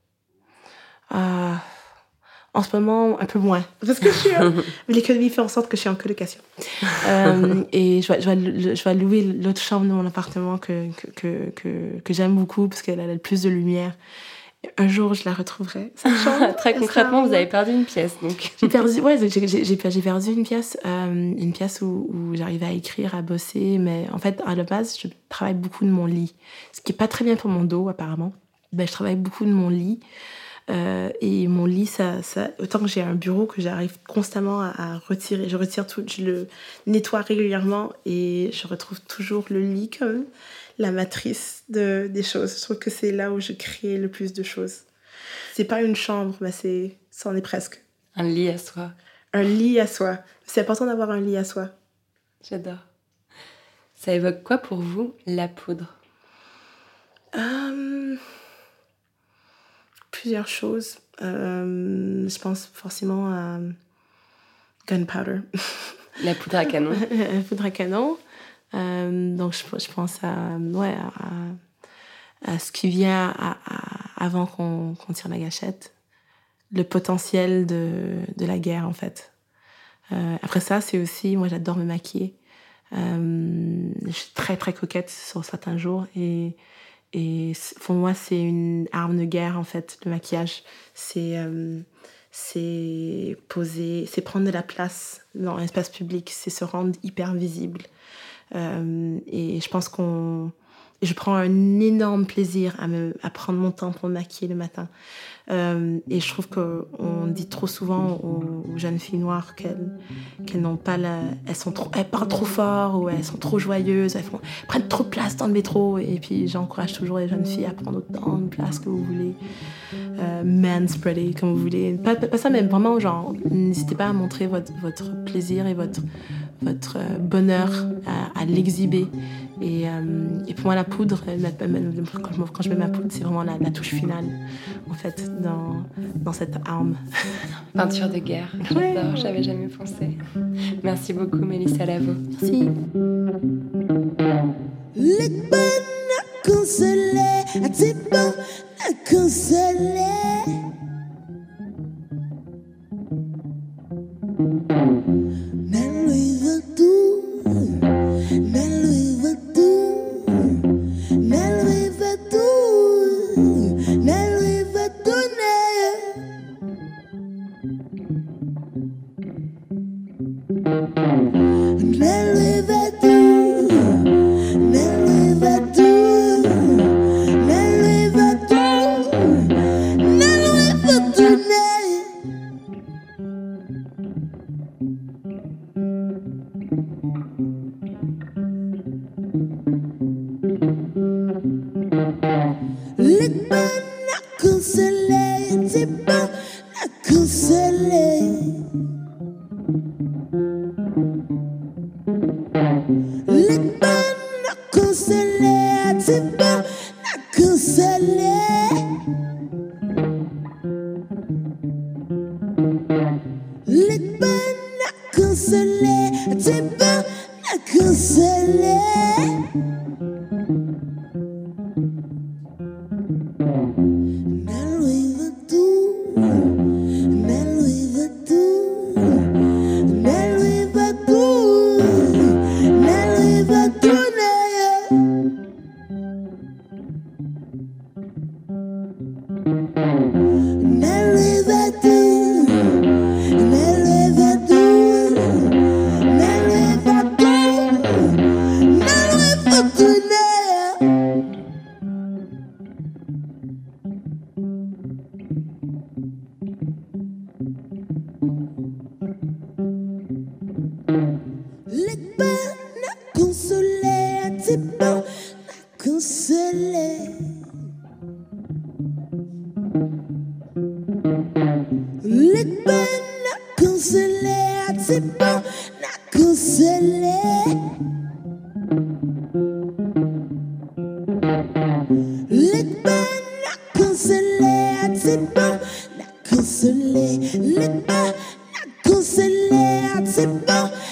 G: En ce moment, un peu moins. Parce que l'économie fait en sorte que je suis en colocation. Et je vais louer l'autre chambre de mon appartement que j'aime beaucoup parce qu'elle a le plus de lumière. Un jour, je la retrouverai, cette chambre.
A: Très concrètement, vous avez perdu une pièce, donc.
G: J'ai perdu une pièce où j'arrivais à écrire, à bosser. Mais en fait, à la base, je travaille beaucoup de mon lit. Ce qui n'est pas très bien pour mon dos, apparemment. Je travaille beaucoup de mon lit. Et mon lit, ça, autant que j'ai un bureau que j'arrive constamment à retirer, je retire tout, je le nettoie régulièrement et je retrouve toujours le lit comme la matrice des choses. Je trouve que c'est là où je crée le plus de choses. C'est pas une chambre, mais ça en est presque.
A: Un lit à soi.
G: Un lit à soi. C'est important d'avoir un lit à soi.
A: J'adore. Ça évoque quoi pour vous, la poudre?
G: Plusieurs choses. Je pense forcément à gunpowder.
A: La poudre à canon.
G: La poudre à canon. Donc je pense à ce qui vient avant qu'on tire la gâchette. Le potentiel de la guerre, en fait. Après ça, c'est aussi... Moi, j'adore me maquiller. Je suis très, très coquette sur certains jours. Et pour moi, c'est une arme de guerre, en fait, le maquillage. C'est poser... C'est prendre de la place dans l'espace public. C'est se rendre hyper visible. Et je pense je prends un énorme plaisir à prendre mon temps pour me maquiller le matin. Et je trouve qu'on dit trop souvent aux jeunes filles noires qu'elles n'ont pas elles parlent trop fort ou elles sont trop joyeuses, elles prennent trop de place dans le métro. Et puis j'encourage toujours les jeunes filles à prendre autant de place que vous voulez, manspreader comme vous voulez. Pas ça, mais vraiment genre n'hésitez pas à montrer votre plaisir et votre bonheur à l'exhiber. Et pour moi, la poudre, quand je mets ma poudre, c'est vraiment la touche finale, en fait, dans cette arme.
A: Peinture de guerre, j'adore, j'avais jamais pensé. Merci beaucoup, Mélissa Lavo.
G: Merci.
H: Les bonnes à consoler, à tes bons à consoler.
C: Consoler, les pas, la consoler, c'est bon.